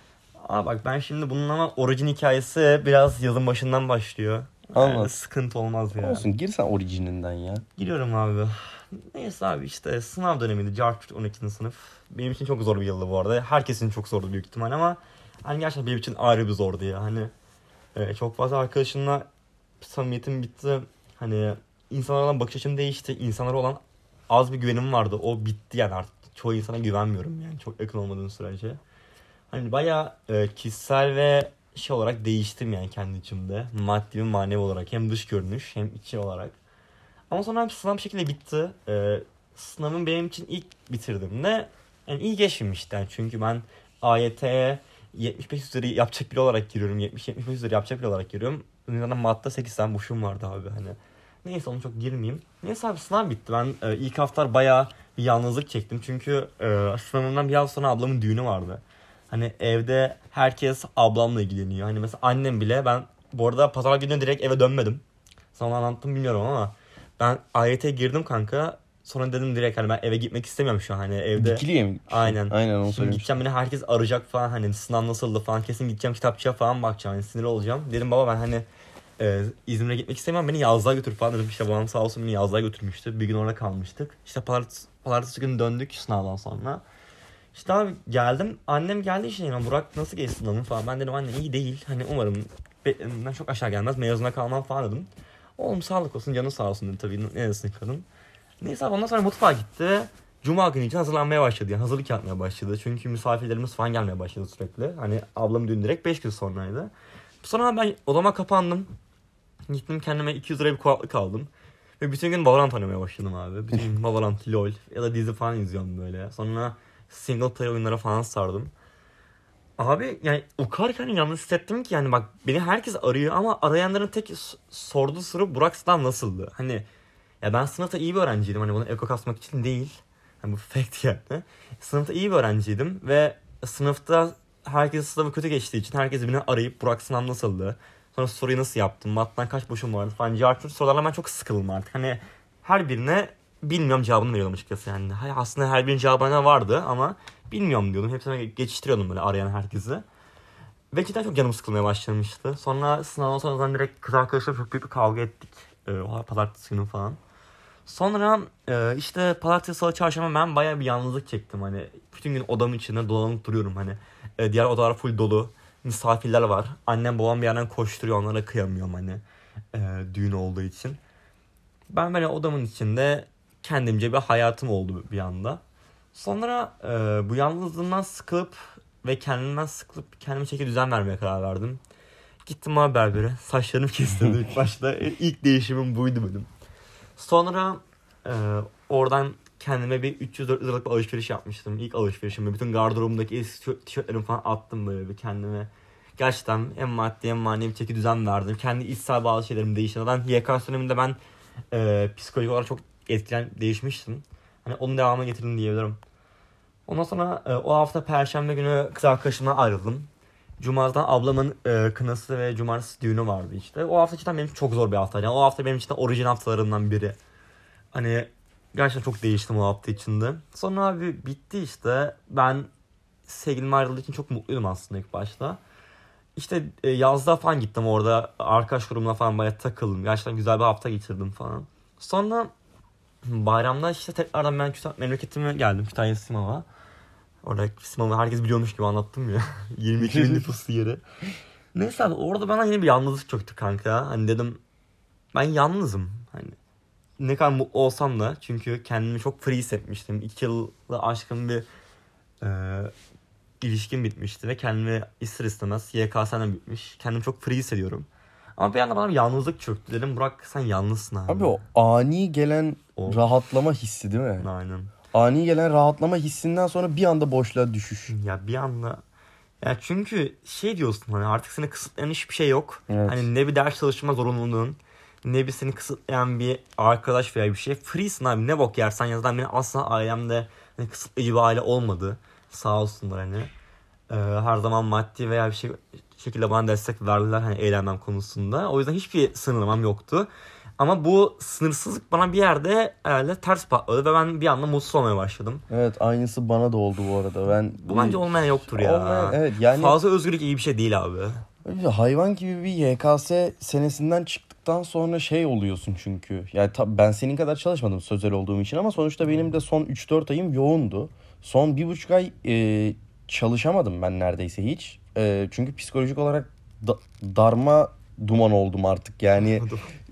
Aa bak ben şimdi bunun ama orijin hikayesi biraz yazın başından başlıyor. Yani Anlat. sıkıntı olmaz ya. Olsun, gir sen orijininden ya. Giriyorum abi. Neyse abi işte sınav dönemiydi. Cart on ikinci sınıf. Benim için çok zor bir yıldı bu arada. Herkesin çok zordu büyük ihtimal ama hani gerçekten benim için ayrı bir zordu ya. Hani e, çok fazla arkadaşımla samimiyetim bitti. Hani insanlara olan bakış açım değişti. İnsanlara olan az bir güvenim vardı. O bitti yani artık. Çoğu insana güvenmiyorum yani çok yakın olmadığım sürece. Hani bayağı e, kişisel ve şey olarak değiştim yani kendi içimde. Maddi ve manevi olarak hem dış görünüş hem içi olarak. Ama sonra sınav bir şekilde bitti. Ee, sınavın benim için ilk bitirdiğimde yani iyi geçmemişti. Yani çünkü ben A Y T'ye yetmiş beş üzeri yapacak biri olarak giriyorum. yetmiş yetmiş beş üzeri yapacak biri olarak giriyorum. Zaten madde sekiz tane boşum vardı abi hani. Neyse onu çok girmeyeyim. Neyse abi sınav bitti. Ben e, ilk haftalar bayağı bir yalnızlık çektim. Çünkü e, sınavımdan bir hafta sonra ablamın düğünü vardı. Hani evde herkes ablamla ilgileniyor. Hani mesela annem bile ben bu arada pazar günü direkt eve dönmedim. Sana anlattım bilmiyorum ama ben A Y T'ye girdim kanka. Sonra dedim direkt hani ben eve gitmek istemiyorum şu an hani evde. Dikiliye mi gitmiştin? Aynen. Aynen onu Şimdi söylemiştim. gideceğim beni herkes arayacak falan hani sınav nasıldı falan kesin gideceğim kitapçıya falan bakacağım hani sinir olacağım. Dedim baba ben hani e, İzmir'e gitmek istemiyorum beni yazlığa götür falan dedim. İşte babam sağ olsun beni yazlığa götürmüştü. Bir gün orada kalmıştık. İşte pazartesi, pazartesi günü döndük sınavdan sonra. İşte abi geldim. Annem geldi işte yine Burak nasıl geçti sınavın falan. Ben dedim anne iyi değil. Hani umarım beklediğimden çok aşağı gelmez. Mezuna kalmam falan dedim. Oğlum sağlık olsun canın sağ olsun dedi tabii. Neresine kadın. Neyse abi ondan sonra mutfağa gitti. Cuma günü için hazırlanmaya başladı. Yani hazırlık yapmaya başladı. Çünkü misafirlerimiz falan gelmeye başladı sürekli. Hani ablam düğün direkt beş gün sonraydı. Sonra ben odama kapandım. Gittim kendime iki yüz liraya bir kulaklık aldım. Ve bütün gün Valorant oynamaya başladım abi. Bütün gün Valorant, LoL ya da dizi falan izliyorum böyle. Sonra single player oyunlara falan sardım. Abi yani o kadar kendimi yalnız hissettim ki yani bak beni herkes arıyor ama arayanların tek s- sorduğu soru Burak sınav nasıldı? Hani ya ben sınıfta iyi bir öğrenciydim hani bunu eko kasmak için değil. Hani bu fact yani. Sınıfta iyi bir öğrenciydim ve sınıfta herkes sınavı kötü geçtiği için herkes beni arayıp Burak sınav nasıldı? Sonra soruyu nasıl yaptın? Mattan kaç boşum vardı falan. Cevap sorularla ben çok sıkıldım artık. Hani her birine bilmiyorum cevabını veriyordum açıkçası yani. Hay- Aslında her birinin cevabı ne vardı ama bilmiyorum diyordum. Hepsine geçiştiriyordum böyle arayan herkesi. Ve cidden çok canım sıkılmaya başlamıştı. Sonra sınavdan sonra zaten direkt kız arkadaşlarım çok büyük bir kavga ettik. Ee, o pazartesi günü falan. Sonra e, işte pazartesi, salı, çarşamba ben bayağı bir yalnızlık çektim. Hani bütün gün odamın içinde dolanıp duruyorum hani. E, diğer odalar full dolu. Misafirler var. Annem babam bir yerden koşturuyor. Onlara kıyamıyorum hani. E, düğün olduğu için. Ben böyle odamın içinde kendimce bir hayatım oldu bir anda. Sonra e, bu yalnızlığımdan sıkılıp ve kendimden sıkılıp kendime çeki düzen vermeye karar verdim. Gittim abi berbere. Saçlarımı kestirdim ilk başta. İlk değişimim buydu benim. Sonra e, oradan kendime bir üç yüz dört yüz liralık bir alışveriş yapmıştım. İlk alışverişimi. Bütün gardırobumdaki eski tişörtlerimi falan attım böyle bir kendime. Gerçekten hem maddi hem manevi bir çeki düzen verdim. Kendi içsel bazı şeylerimi değiştirdim. Ben Y K S döneminde ben e, psikolojik olarak çok etkilen değişmiştim. Hani onun devamını getirdim diyebilirim. Ondan sonra e, o hafta Perşembe günü kız arkadaşımla ayrıldım. Cuma'dan ablamın e, kınası ve cumartesi düğünü vardı işte. O hafta cidden benim için çok zor bir haftaydı. Yani o hafta benim için orijin haftalarından biri. Hani Gerçekten çok değiştim o hafta içinde. Sonra abi bitti işte. Ben sevgilim ayrıldığı için çok mutluydum aslında ilk başta. İşte e, yazda falan gittim orada. Arkadaş grubumla falan bayağı takıldım. Gerçekten güzel bir hafta geçirdim falan. Sonra bayramda işte tekrardan ben Kütahya memleketime geldim. Kütahya Simav'a. Orada Simav'ı herkes biliyormuş gibi anlattım ya. yirmi iki bin nüfuslu yeri. Neyse abi orada bana yine bir yalnızlık çöktü kanka. Hani dedim ben yalnızım. Hani ne kadar mutlu olsam da çünkü kendimi çok free hissetmiştim. İki yılda aşkın bir e, ilişkim bitmişti ve kendimi ister istemez Y K S'den bitmiş. Kendimi çok free hissediyorum. Ama bir anda bana bir yalnızlık çöktü. Dedim Burak sen yalnızsın abi. Abi o ani gelen O. rahatlama hissi değil mi? Aynen. Ani gelen rahatlama hissinden sonra bir anda boşluğa düşüş. Ya bir anda ya çünkü şey diyorsun hani artık seni kısıtlayan hiçbir şey yok. Evet. Hani ne bir ders çalışma zorunluluğun ne bir seni kısıtlayan bir arkadaş veya bir şey. Free'sin abi ne bok yersen ya zaten benim asla ailemde hani kısıtlayıcı bir aile olmadı. Sağ olsunlar hani. Ee, her zaman maddi veya bir şey şekilde bana destek verdiler hani eğlenmem konusunda. O yüzden hiçbir sınırlamam yoktu. Ama bu sınırsızlık bana bir yerde herhalde ters patladı ve ben bir anda mutsuz olmaya başladım. Evet aynısı bana da oldu bu arada. Ben Bu bence olmayan yoktur ya. Olmayan, evet yani Fazla özgürlük iyi bir şey değil abi. hayvan gibi bir Y K S senesinden çıktıktan sonra şey oluyorsun çünkü. Yani tab- ben senin kadar çalışmadım sözel olduğum için ama sonuçta benim de son üç dört ayım yoğundu. Son bir buçuk ay e, çalışamadım ben neredeyse hiç. E, çünkü psikolojik olarak da- darma duman oldum artık. Yani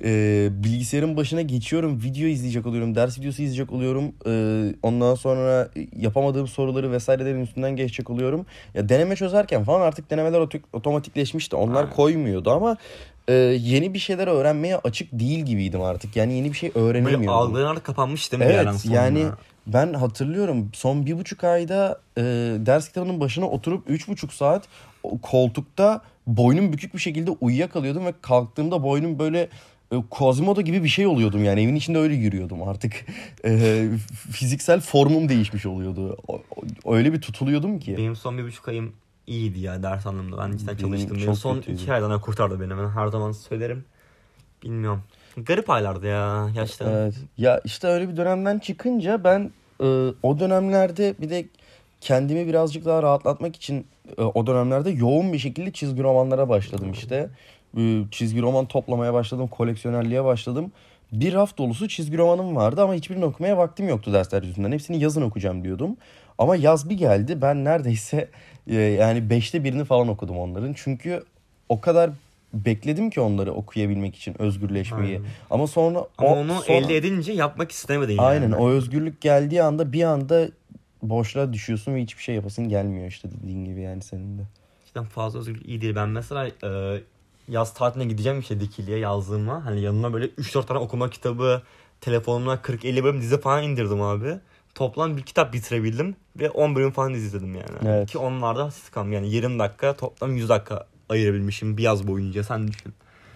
e, bilgisayarın başına geçiyorum, video izleyecek oluyorum, ders videosu izleyecek oluyorum. E, ondan sonra yapamadığım soruları vesairelerin üstünden geçecek oluyorum. Ya deneme çözerken falan artık denemeler oto- otomatikleşmişti. Onlar Aynen. koymuyordu ama e, yeni bir şeyler öğrenmeye açık değil gibiydim artık. Yani yeni bir şey Böyle öğrenemiyordum. algıların artık kapanmış değil mi bir yerden Evet sonra? yani ben hatırlıyorum son bir buçuk ayda e, ders kitabının başına oturup üç buçuk saat o koltukta boynum bükük bir şekilde uyuyakalıyordum ve kalktığımda boynum böyle e, Quasimodo gibi bir şey oluyordum yani evin içinde öyle yürüyordum artık. E, fiziksel formum değişmiş oluyordu. O- o- öyle bir tutuluyordum ki. Benim son bir buçuk ayım iyiydi ya ders anlamında. Ben cidden Benim çalıştım. Benim çok son kötüydü. iki aydan kurtardı beni. Ben her zaman söylerim. Bilmiyorum. Garip aylardı ya gerçekten. Evet. Ya işte öyle bir dönemden çıkınca ben e, o dönemlerde bir de kendimi birazcık daha rahatlatmak için e, o dönemlerde yoğun bir şekilde çizgi romanlara başladım işte. E, çizgi roman toplamaya başladım, koleksiyonerliğe başladım. Bir raf dolusu çizgi romanım vardı ama hiçbirini okumaya vaktim yoktu dersler yüzünden. Hepsini yazın okuyacağım diyordum. Ama yaz bir geldi ben neredeyse e, yani beşte birini falan okudum onların. Çünkü o kadar bekledim ki onları okuyabilmek için özgürleşmeyi. Aynen. Ama sonra Ama o onu sonra- elde edince yapmak istemedin yani. aynen o özgürlük geldiği anda bir anda boşluğa düşüyorsun ve hiçbir şey yapasın gelmiyor işte dediğin gibi yani senin de. Cidden fazla özgürlük iyi değil. Ben mesela e, yaz tatiline gideceğim işte Dikili'ye yazdığıma. Hani yanına böyle üç dört tane okuma kitabı, telefonuma kırk elli bölüm dizi falan indirdim abi. Toplam bir kitap bitirebildim ve on bölüm falan dizi izledim yani. Evet. Ki onlarda hafif kaldım. Yani yirmi dakika toplam yüz dakika ayırabilmişim bir yaz boyunca sen düşün.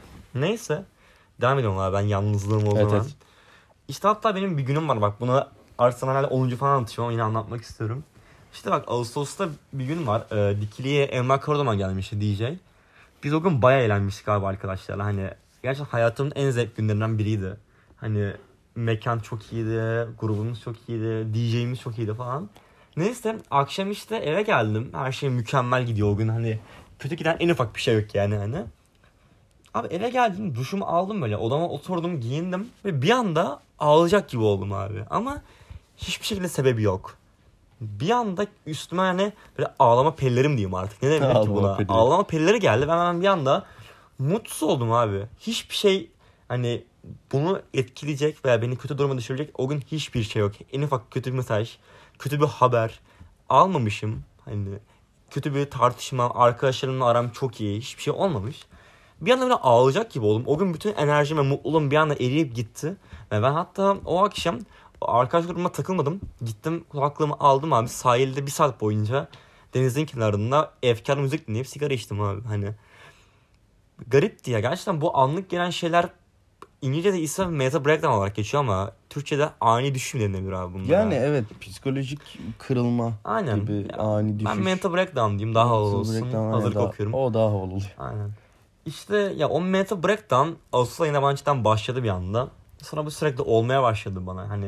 Neyse. Devam ediyorum abi ben yalnızlığım o Evet, zaman. evet. İşte hatta benim bir günüm var bak bunu artık sana herhalde onuncu falan anlatacağım ama yine anlatmak istiyorum. İşte bak Ağustos'ta bir gün var. E, Dikili'ye Emrah Karaduman gelmişti D J. Biz o gün bayağı eğlenmiştik abi arkadaşlarla. Hani gerçekten hayatımın en zevk günlerinden biriydi. Hani mekan çok iyiydi, grubumuz çok iyiydi, D J'imiz çok iyiydi falan. Neyse akşam işte eve geldim. Her şey mükemmel gidiyor o gün. Hani kötü giden en ufak bir şey yok yani hani. Abi eve geldim, duşumu aldım böyle. Odama oturdum, giyindim ve bir anda ağlayacak gibi oldum abi. Ama hiçbir şekilde sebebi yok. Bir anda üstüme hani böyle ağlama pellerim diyeyim artık. Ne demek ki Ağlama buna? pelleri. Ağlama pelleri geldi ve ben bir anda mutsuz oldum abi. Hiçbir şey hani bunu etkileyecek veya beni kötü duruma düşürecek o gün hiçbir şey yok. En ufak kötü bir mesaj, kötü bir haber almamışım. Hani kötü bir tartışma, arkadaşlarımla aram çok iyi. Hiçbir şey olmamış. Bir anda böyle ağlayacak gibi oldum. O gün bütün enerjim ve mutluluğum bir anda eriyip gitti. Ve ben hatta o akşam arkadaş grubuma takılmadım. Gittim kulaklığımı aldım abi. Sahilde bir saat boyunca denizin kenarında efkar müzik dinleyip sigara içtim abi. Hani garipti ya. Gerçekten bu anlık gelen şeyler İngilizce'de ise meta breakdown olarak geçiyor ama Türkçe'de ani düşüm denilebilir abi bunlara. Yani evet psikolojik kırılma Aynen. gibi Ya, ani düşüş. ben mental breakdown diyeyim daha havalı olsun. Breakdown, aynen, Hazırlık daha- okuyorum. O daha havalı oluyor. Aynen. İşte ya o mental breakdown Ağustos ayında bana cidden başladı bir anda. Sonra bu sürekli olmaya başladı bana. Hani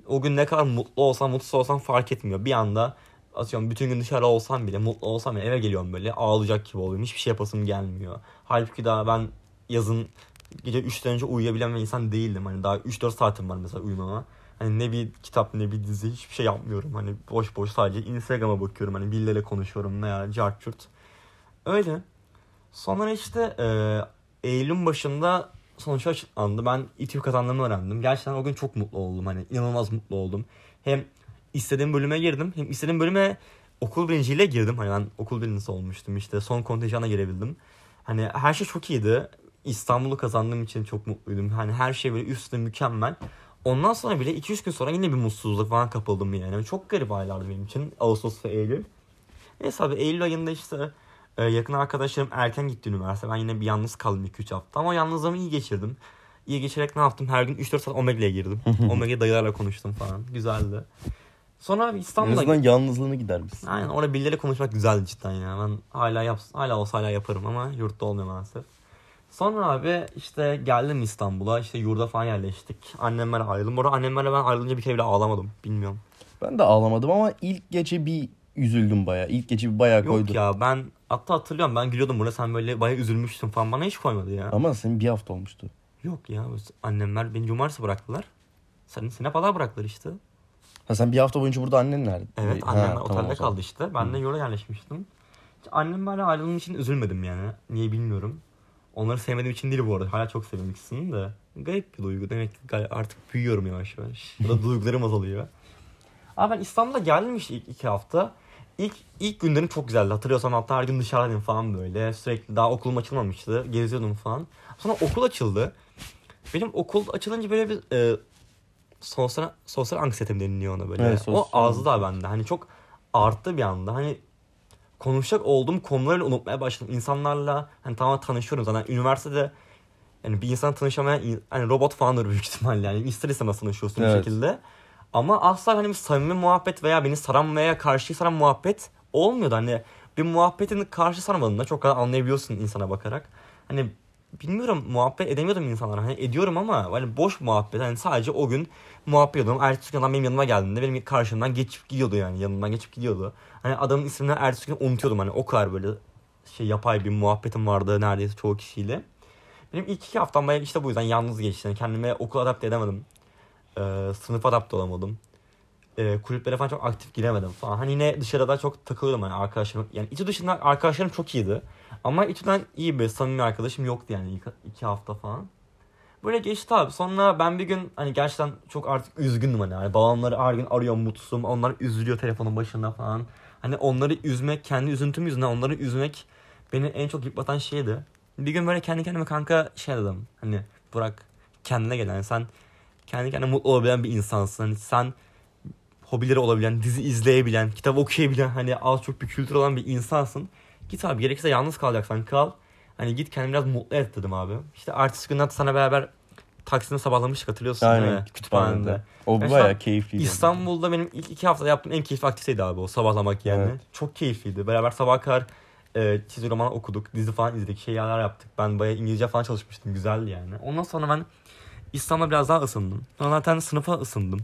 o gün ne kadar mutlu olsam mutsuz olsam fark etmiyor. Bir anda atıyorum bütün gün dışarı olsam bile mutlu olsam bile eve geliyorum böyle ağlayacak gibi oluyorum. Hiçbir şey yapasım gelmiyor. Halbuki daha ben yazın gece üçten önce uyuyabilen bir insan değildim. Hani daha üç dört saatim var mesela uyumama. Hani ne bir kitap ne bir dizi hiçbir şey yapmıyorum. Hani boş boş sadece Instagram'a bakıyorum. Hani birileriyle konuşuyorum veya cart curt. Öyle. Sonra işte e, Eylül'ün başında sonuçta açıklandı. Ben İTÜ kazandığımı öğrendim. Gerçekten o gün çok mutlu oldum. Hani inanılmaz mutlu oldum. Hem istediğim bölüme girdim. Hem istediğim bölüme okul birinciyle girdim. Hani ben okul birincisi olmuştum. İşte son kontenjana girebildim. Hani her şey çok iyiydi. İstanbul'u kazandığım için çok mutluydum. Hani her şey böyle üstüne mükemmel. Ondan sonra bile iki üç gün sonra yine bir mutsuzluk falan kapıldım yani. Çok garip aylardı benim için. Ağustos ve Eylül. Neyse abi Eylül ayında işte e, yakın arkadaşlarım erken gitti üniversite. Ben yine bir yalnız kaldım iki üç hafta. Ama yalnızlığımı iyi geçirdim. İyi geçirerek ne yaptım? Her gün üç dört saat Omegle'ye girdim. Omegle dayılarla konuştum falan. Güzeldi. Sonra abi En İstanbul'a azından yalnızlığını gidermişsin. aynen orada birileriyle konuşmak güzeldi cidden ya. Ben hala yap hala olsa hala yaparım ama yurtta olmuyor maalesef. Sonra abi işte geldim İstanbul'a. İşte yurda falan yerleştik. Annemlerle ayrıldım. Bu arada annemlerle ben ayrılınca bir kere bile ağlamadım. Bilmiyorum. Ben de ağlamadım ama ilk gece bir üzüldüm bayağı. İlk gece bir bayağı koydu. Yok ya ben hatta hatırlıyorum ben gülüyordum burada sen böyle bayağı üzülmüştün falan bana hiç koymadı ya. Ama senin bir hafta olmuştu. Yok ya annemler beni cumartesi bıraktılar. Senin sene pazar bıraktılar işte. Ha sen bir hafta boyunca burada annen nerede? Evet Ha, annemler tamam otelde o zaman. kaldı işte. Ben de yurda yerleşmiştim. Annem böyle ayrılığım için üzülmedim yani. Niye bilmiyorum. Onları sevmediğim için değil bu arada. Hala çok seviyorum ikisini de. Garip bir duygu. Demek ki gal- artık büyüyorum yavaş yavaş. Ya da duygularım azalıyor. Abi ben İstanbul'a geldim işte ilk iki hafta. İlk, ilk günlerim çok güzeldi. Hatırlıyorsan hatta her gün dışarıdaydım falan böyle. Sürekli daha okulum açılmamıştı. Geziyordum falan. Sonra okul açıldı. Benim okul açılınca böyle bir e, sosyal, sosyal anksiyetem deniliyor ona böyle. Evet, o sosyal azdı da bende. Hani çok arttı bir anda. Hani konuşacak olduğum konuları unutmaya başladım. İnsanlarla hani tamamen tanışıyorum zaten. Üniversitede yani bir insan tanışamayan in- hani robot falandır büyük ihtimalle. Yani ister istemez tanışıyorsun bir Evet. şekilde. Ama asla hani bir samimi muhabbet veya beni saran veya karşı saran muhabbet olmuyordu. Hani bir muhabbetin karşı sarmadığında çok kadar anlayabiliyorsun insana bakarak. Hani bilmiyorum muhabbet edemiyordum insanlara. Hani ediyorum ama hani boş muhabbet. Hani sadece o gün muhabbet ediyordum. Ertesi gün adam benim yanıma geldiğinde benim karşımdan geçip gidiyordu yani. Yanımdan geçip gidiyordu. Hani adamın ismini ertesi gün unutuyordum. Hani o kadar böyle şey yapay bir muhabbetim vardı neredeyse çoğu kişiyle. Benim ilk iki haftam bayağı işte bu yüzden yalnız geçti. Yani kendime okul adapte edemedim. Ee, sınıf adapte olamadım. Ee, kulüplere falan çok aktif giremedim falan. Hani yine dışarıda çok takılıyordum hani arkadaşlarım. Yani İTÜ dışında arkadaşlarım çok iyiydi. Ama İTÜ'den iyi bir samimi arkadaşım yoktu yani ilk iki hafta falan. Böyle geçti abi. Sonra ben bir gün hani gerçekten çok artık üzgündüm hani. Hani babamları her gün arıyor mutsuzum. Onlar üzülüyor telefonun başında falan. Hani onları üzmek, kendi üzüntüm yüzünden onları üzmek beni en çok yıpratan şeydi. Bir gün böyle kendi kendime kanka şey dedim. Hani Burak kendine gel. Yani sen kendi kendine mutlu olabilen bir insansın. Hani sen hobileri olabilen, dizi izleyebilen, kitap okuyabilen hani az çok bir kültür olan bir insansın. Git abi gerekirse yalnız kalacaksan kal. Hani git kendini biraz mutlu et dedim abi. İşte ertesi günden sana beraber Taksim'de sabahlamıştık hatırlıyorsun değil mi? Aynen kütüphanede. O Yani şu bayağı an keyifliydi. İstanbul'da benim ilk iki hafta yaptığım en keyifli aktiviteydi abi o sabahlamak yani. Evet. Çok keyifliydi. Beraber sabaha kadar e, çizgi roman okuduk, dizi falan izledik, şeyler yaptık. Ben bayağı İngilizce falan çalışmıştım. Güzeldi yani. Ondan sonra ben İstanbul'a biraz daha ısındım. Sonra zaten sınıfa ısındım.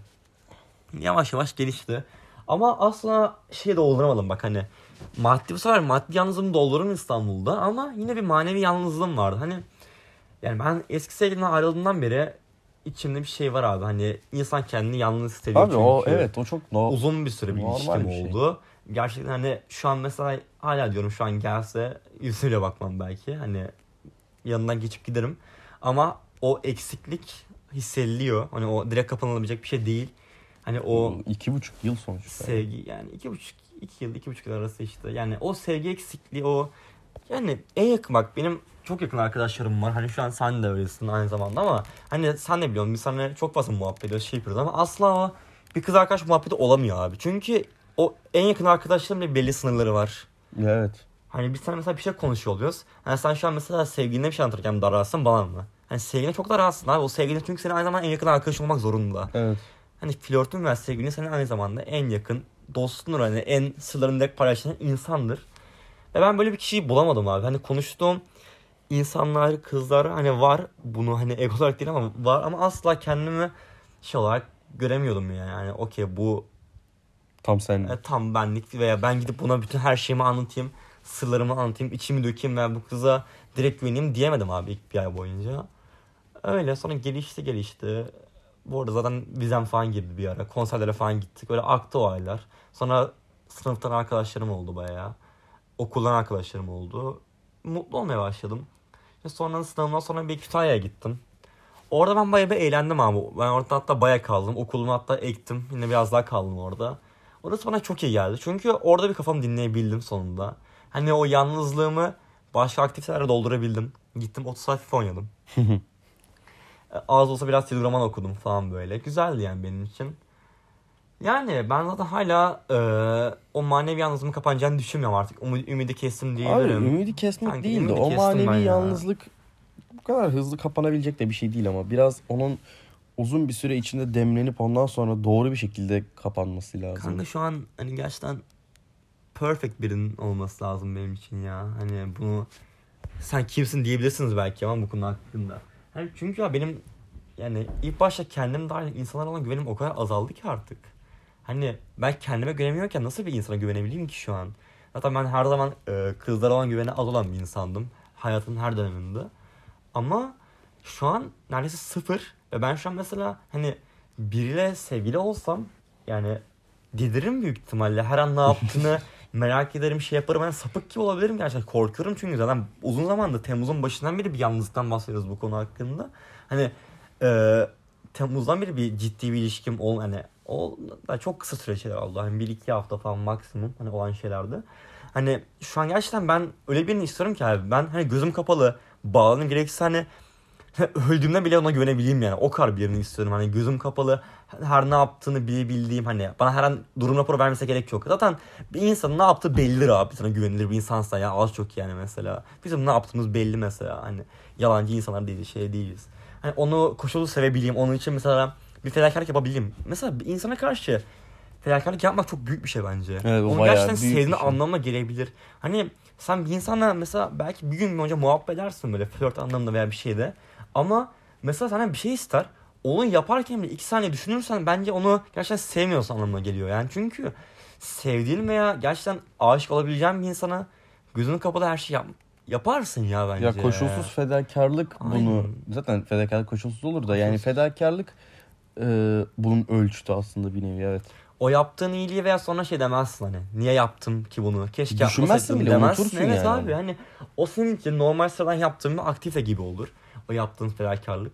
Yavaş yavaş gelişti. Ama asla şey dolduramadım bak hani. Maddi bu sefer maddi yalnızlığımı doldururum İstanbul'da ama yine bir manevi yalnızlığım vardı. Hani yani ben eski sevgilimden ayrıldığımdan beri içimde bir şey var abi. Hani insan kendini yalnız hissediyor Abi çünkü. o evet o çok no Uzun bir süre bir normal ilişkim bir şey. oldu. Gerçekten hani şu an mesela hala diyorum şu an gelse yüzüyle bakmam belki. Hani yanından geçip giderim. Ama o eksiklik hissediliyor. Hani o direkt kapanılabilecek bir şey değil. Hani o iki buçuk yıl sonuçta. sevgi yani iki buçuk iki yıl iki buçuk yıl arası işte. Yani o sevgi eksikliği o yani en yakın bak benim çok yakın arkadaşlarım var. Hani şu an sen de öylesin aynı zamanda ama hani sen de biliyorsun biz seninle çok fazla muhabbet ediyoruz şey yapıyoruz ama asla o bir kız arkadaş muhabbeti olamıyor abi. Çünkü o en yakın arkadaşlarımın bile belli sınırları var. Evet. Hani biz sana mesela bir şey konuşuyor oluyoruz. Hani sen şu an mesela sevgiline bir şey anlatırken dararsın bana mı? Hani sevgiline çok dararsın abi. O sevgiline çünkü senin aynı zamanda en yakın arkadaşın olmak zorunda. Evet. Hani flörtün veya sevgilin senin aynı zamanda en yakın dostundur. Hani en sırlarını direkt paylaşan insandır. Ve ben böyle bir kişiyi bulamadım abi. Hani konuştuğum insanlar, kızlar hani var. Bunu hani ego olarak değil ama var. Ama asla kendimi şey olarak göremiyordum yani. Yani okey bu Tam sen. e, tam benlik veya ben gidip buna bütün her şeyimi anlatayım, sırlarımı anlatayım, içimi dökeyim veya bu kıza direkt güveneyim diyemedim abi ilk bir ay boyunca. Öyle sonra gelişti gelişti. Bu arada zaten vizem falan girdi bir ara. Konserlere falan gittik. Öyle aktı o aylar. Sonra sınıftan arkadaşlarım oldu bayağı. Okuldan arkadaşlarım oldu. Mutlu olmaya başladım. Sonra sınavından sonra bir Kütahya'ya gittim. Orada ben bayağı bir eğlendim abi. Ben orada hatta bayağı kaldım. Okulumu hatta ektim. Yine biraz daha kaldım orada. Orası bana çok iyi geldi. Çünkü orada bir kafamı dinleyebildim sonunda. Hani o yalnızlığımı başka aktivitelerle doldurabildim. Gittim otuz saat FIFA oynadım. Az olsa biraz çizgi roman okudum falan böyle. Güzeldi yani benim için. Yani ben zaten hala e, o manevi yalnızlığımın kapanacağını düşünmüyorum artık. Ümidi, ümidi kestim Abi diyebilirim. ümidi kesmek Sanki değil de ümidi o kestim ben manevi ya. yalnızlık bu kadar hızlı kapanabilecek de bir şey değil ama biraz onun uzun bir süre içinde demlenip ondan sonra doğru bir şekilde kapanması lazım. Kanka şu an hani gerçekten perfect birinin olması lazım benim için ya. Hani bunu sen kimsin diyebilirsiniz belki ama bu konu hakkında. Hani çünkü ya benim yani ilk başta kendim dahil insanlara olan güvenim o kadar azaldı ki artık. Hani ben kendime güvenemiyorken nasıl bir insana güvenebileyim ki şu an? Zaten ben her zaman e, kızlara olan güveni az olan bir insandım. Hayatımın her döneminde. Ama şu an neredeyse sıfır. Ve ben şu an mesela hani biriyle sevgili olsam yani didiririm büyük ihtimalle. Her an ne yaptığını merak ederim, şey yaparım. Yani sapık gibi olabilirim gerçekten. Korkuyorum çünkü zaten uzun zamandır Temmuz'un başından beri bir yalnızlıktan bahsediyoruz bu konu hakkında. Hani e, Temmuz'dan beri bir ciddi bir ilişkim ol hani o da çok kısa süre şeyler oldu. Hani bir iki hafta falan maksimum hani olan şeylerdi. Hani şu an gerçekten ben öyle birini istiyorum ki abi. Ben hani gözüm kapalı bağlanayım gerekirse hani öldüğümde bile ona güvenebileyim yani. O kadar birini istiyorum. Hani gözüm kapalı her ne yaptığını bilebildiğim hani bana her an durum raporu vermese gerek yok. Zaten bir insanın ne yaptığı bellidir abi. Sana güvenilir bir insansa ya az çok yani mesela. Bizim ne yaptığımız belli mesela. Hani yalancı insanlar değiliz, şey değiliz. Hani onu koşulu sevebileyim. Onun için mesela bir fedakarlık yapabileyim. Mesela bir insana karşı fedakarlık yapmak çok büyük bir şey bence. Evet, Onu bayağı gerçekten büyük bir sevdiğini şey. anlamına gelebilir. Hani sen bir insanla mesela belki bir gün boyunca muhabbet edersin böyle flört anlamında veya bir şeyde. Ama mesela senden bir şey ister. Onu yaparken bile iki saniye düşünürsen bence onu gerçekten sevmiyorsun anlamına geliyor. Yani çünkü sevdiğin veya gerçekten aşık olabileceğin bir insana gözünü kapalı her şeyi yap yaparsın ya bence. Ya koşulsuz fedakarlık bunu Aynen. zaten fedakarlık koşulsuz olur da yani Koşulsuz. fedakarlık e, bunun ölçütü aslında bir nevi, evet. O yaptığın iyiliği veya sonra şey demezsin hani. Niye yaptım ki bunu? Keşke Düşünmezsin yapmasaydım bile, demezsin. unutursun Evet yani. abi hani o senin için normal sıradan yaptığın bir aktivite gibi olur. O yaptığın fedakarlık.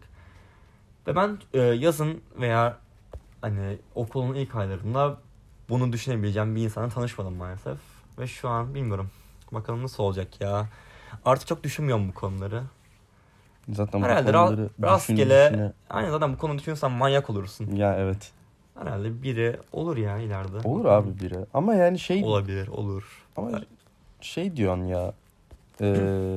Ve ben e, yazın veya hani okulun ilk aylarında bunu düşünebileceğim bir insana tanışmadım maalesef. Ve şu an bilmiyorum. Bakalım nasıl olacak ya. Artık çok düşünmüyorum bu konuları. Zaten bu Herhalde konuları ra- düşün, rastgele düşüne- aynen zaten bu konuyu düşünürsen manyak olursun. Ya evet. Herhalde biri olur ya ileride. Olur Bakalım. abi biri. Ama yani şey Olabilir olur. ama şey diyorsun ya. E,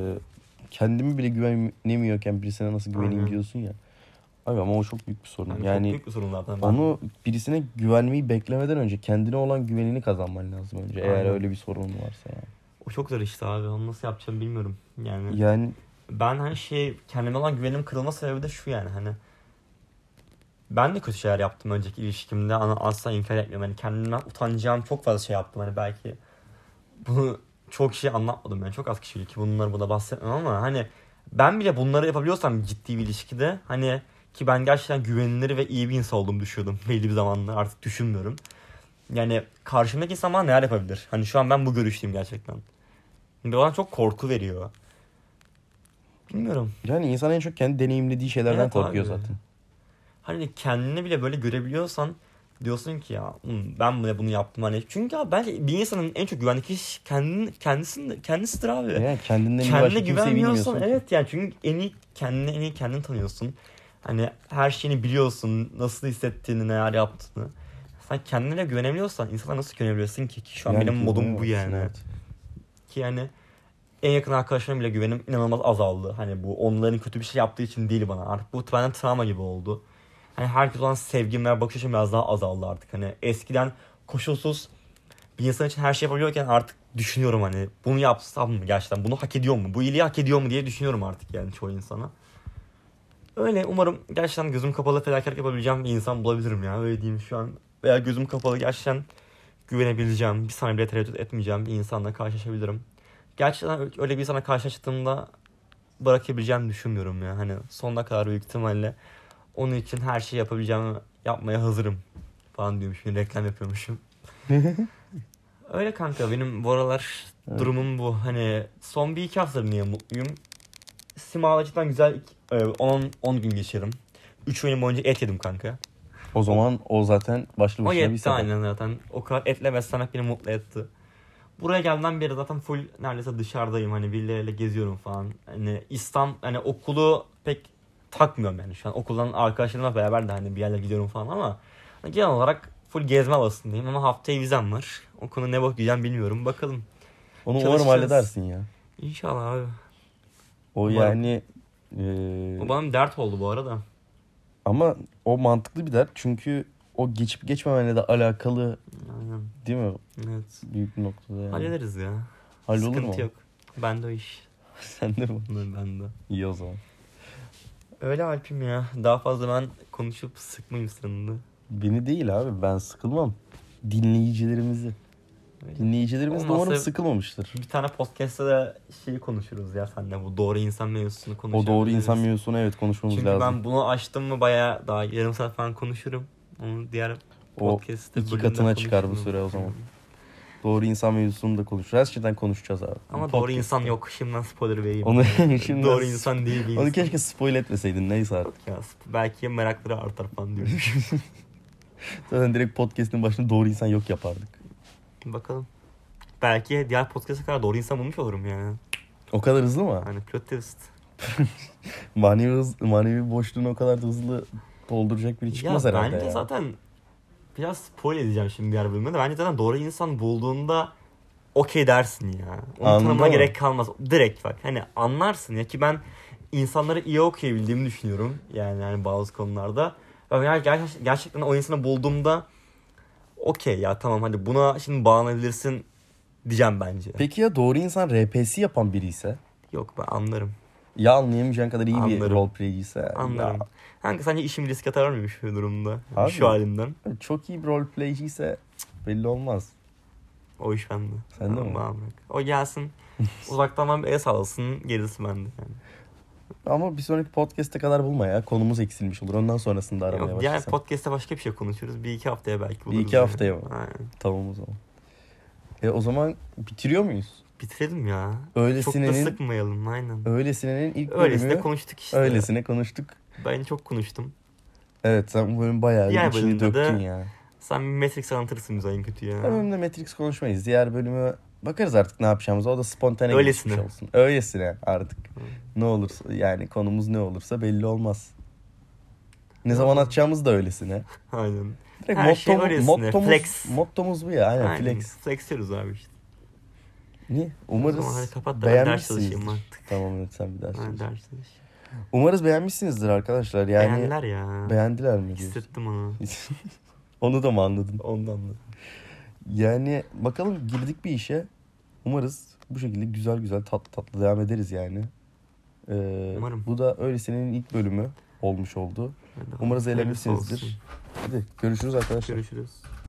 kendimi bile güvenemiyorken birisine nasıl güveneyim Aynen. diyorsun ya. Abi ama o çok büyük bir sorun. Yani, Yani çok büyük bir sorun zaten. Ben- onu birisine güvenmeyi beklemeden önce kendine olan güvenini kazanman lazım önce. Eğer Aynen. öyle bir sorun varsa yani. O çok zor işte abi. Onu nasıl yapacağım bilmiyorum. Yani Yani ben hani şey kendime olan güvenim kırılma sebebi de şu yani hani ben de kötü şeyler yaptım önceki ilişkimde ama asla inkar etmiyorum. Hani kendimden utanacağım çok fazla şey yaptım. Hani belki bunu çok şey anlatmadım yani çok az kişiyle ki bunları buna bahsetmem ama hani ben bile bunları yapabiliyorsam ciddi bir ilişkide hani ki ben gerçekten güvenilir ve iyi bir insan olduğumu düşünüyordum belli bir zamanlar artık düşünmüyorum. Yani karşımdaki insan bana neler yapabilir? Hani şu an ben bu görüşteyim gerçekten. Ve bana çok korku veriyor. Bilmiyorum. yani insan en çok kendi deneyimlediği şeylerden Evet korkuyor abi. zaten. Hani kendini bile böyle görebiliyorsan diyorsun ki ya "Hmm, ben bile bunu yaptım hani. Çünkü abi bence bir insanın en çok güvendiği kişi kendini, kendisinin, kendisidir abi. Yani kendinden iyi Kendine başka kimseyi bilmiyorsun güvenmiyorsan ki. evet yani çünkü en iyi kendini en iyi kendin tanıyorsun. Hani her şeyini biliyorsun, nasıl hissettiğini, neler yaptığını. Sen kendine güvenemiyorsan insana nasıl güvenebilirsin ki? Ki şu an Yani benim modum bu güvenemezsin, yani. evet. Ki yani en yakın arkadaşlarım bile güvenim inanılmaz azaldı. Hani bu onların kötü bir şey yaptığı için değil bana. Artık bu benden travma gibi oldu. Hani herkes olan sevgim ve bakış açım biraz daha azaldı artık. Hani eskiden koşulsuz bir insan için her şey yapabiliyorken artık düşünüyorum hani bunu yapsam mı gerçekten? Bunu hak ediyor mu? Bu iyiliği hak ediyor mu diye düşünüyorum artık yani çoğu insana. Öyle umarım gerçekten gözüm kapalı fedakarlık yapabileceğim bir insan bulabilirim ya. Öyle diyeyim şu an. Veya gözüm kapalı gerçekten güvenebileceğim, bir saniye bile tereddüt etmeyeceğim bir insanla karşılaşabilirim. Gerçekten öyle bir insana karşılaştığımda bırakabileceğimi düşünmüyorum ya. Hani sonuna kadar büyük ihtimalle onun için her şeyi yapabileceğimi yapmaya hazırım falan diyormuş. Şimdi reklam yapıyormuşum. Öyle kanka benim bu aralar Evet. durumum bu. Hani son bir iki haftadır niye mutluyum. Sima'la cidden güzel on gün geçirdim. üç oyun boyunca et yedim kanka. O zaman o zaten başlı O başına bir yetti sebep. aynen zaten. O kadar etle beslemek beni mutlu etti. Buraya geldiğimden beri zaten full neredeyse dışarıdayım. Hani birileriyle geziyorum falan. Hani İslam hani okulu pek takmıyorum yani şu an. Okuldan arkadaşlarımla beraber de hani bir yerlere gidiyorum falan ama hani genel olarak full gezme havasındayım ama haftaya vizem var. O konu ne bakacağım bilmiyorum. Bakalım. Onu umarım Çalışacağız. halledersin ya. İnşallah abi. O Umarım. yani eee, O bana bir dert oldu bu arada. ama o mantıklı bir dert çünkü o geçip geçmemenle de alakalı Aynen. değil mi? Evet. Büyük bir noktada yani. Hallederiz ya. Hallolur Sıkıntı mu? yok. Bende o iş. Sende mi? Bende. İyi o zaman. Öyle Alp'im ya. Daha fazla ben konuşup sıkmayayım sırrını. Beni değil abi, ben sıkılmam. Dinleyicilerimizi. Öyle. Dinleyicilerimiz de Olmazsa umarım sıkılmamıştır. Bir tane podcast'ta da şeyi konuşuruz ya seninle. Bu doğru insan mevzusunu O konuşuruz. doğru insan mevzusunu evet konuşmamız Çünkü lazım. ben bunu açtım mı bayağı daha yarım saat falan konuşurum. Onu diğer O podcast'te iki bölümde katına çıkar bu konuşurum. süre o zaman. Doğru insan mevzusunu da konuşacağız. Her şeyden konuşacağız abi. Ama Podcast'ta. doğru insan yok. Şimdiden spoiler vereyim. Onu Yani. şimdiden- Doğru insan değil bir insan. Onu keşke spoil etmeseydin, neyse artık. Ya, belki merakları artar falan diyorum. Zaten direkt podcast'in başında doğru insan yok yapardık. Bakalım. Belki diğer podcast'a kadar doğru insan bulmuş olurum yani. O kadar hızlı mı? Hani plot twist. Manevi, hız, manevi boşluğunu o kadar da hızlı dolduracak biri çıkmaz ya herhalde bence ya. zaten biraz spoil edeceğim şimdi diğer bölümde de. Bence zaten doğru insan bulduğunda okey dersin ya. Onu Anladın tanımına mı? gerek kalmaz. Direkt bak hani anlarsın ya ki ben insanları iyi okuyabildiğimi düşünüyorum. Yani, yani bazı konularda. Ben yani ger- gerçekten o insanı bulduğumda okey ya tamam hadi buna şimdi bağlanabilirsin diyeceğim bence. Peki ya doğru insan R P S yapan biri ise? Yok ben anlarım. Ya anlayamayacağın kadar iyi bir Anlarım. roleplayci ise? Anlarım. Ya, Hangi sence işim riske atar mıymış şu durumda? Abi. Şu halimden. çok iyi bir roleplayci ise cık, belli olmaz. O iş bende. Sende Tamam, mi? bana bırak. O gelsin. Uzaktan bana bir el sallasın. Gerisi bende. Yani. Ama bir sonraki podcast'e kadar bulma ya. Konumuz eksilmiş olur. Ondan sonrasında aramaya Yok, diğer başlasan. podcast'te başka bir şey konuşuruz. Bir iki haftaya belki buluruz. Bir iki haftaya yani. mı? Aynen. Tamam o zaman. E o zaman bitiriyor muyuz? Bitirelim ya. Öylesinenin, Çok da sıkmayalım aynen. Öylesinenin ilk Öylesine bölümü. konuştuk işte. Öylesine konuştuk. Ben çok konuştum. Evet, sen bu bölüm bayağı Diğer içini bölümde döktün de- ya. Sen bir Matrix anlatırsın bize en kötü ya. Bu bölümde Matrix konuşmayız. Diğer bölümü bakarız artık ne yapacağımıza. O da spontane Öylesine. gelişmiş olsun. Öylesine artık. Ne olursa yani konumuz ne olursa belli olmaz. Ne zaman atacağımız da öylesine. Aynen. Direkt Her şey mottomuz- öylesine. mottomuz, Flex. mottomuz bu ya. Aynen, Aynen. flex. Flexiyoruz abi işte. Niye? O zaman hadi Umarız kapat da ben ders beğenmişsinizdir. çalışayım artık. Tamam, evet, sen bir ders Ben çalış. ders çalışayım. Umarız beğenmişsinizdir arkadaşlar. Yani Beğendiler ya. beğendiler mi diyorsun? Hissettim onu. Onu da mı anladın? Ondan da. Yani bakalım, girdik bir işe. Umarız bu şekilde güzel güzel tatlı tatlı devam ederiz yani. Ee, Umarım. Bu da öylesinin ilk bölümü olmuş oldu. Hadi Umarız hayırlısı eğlenmişsinizdir. olsun. Hadi görüşürüz arkadaşlar. Görüşürüz.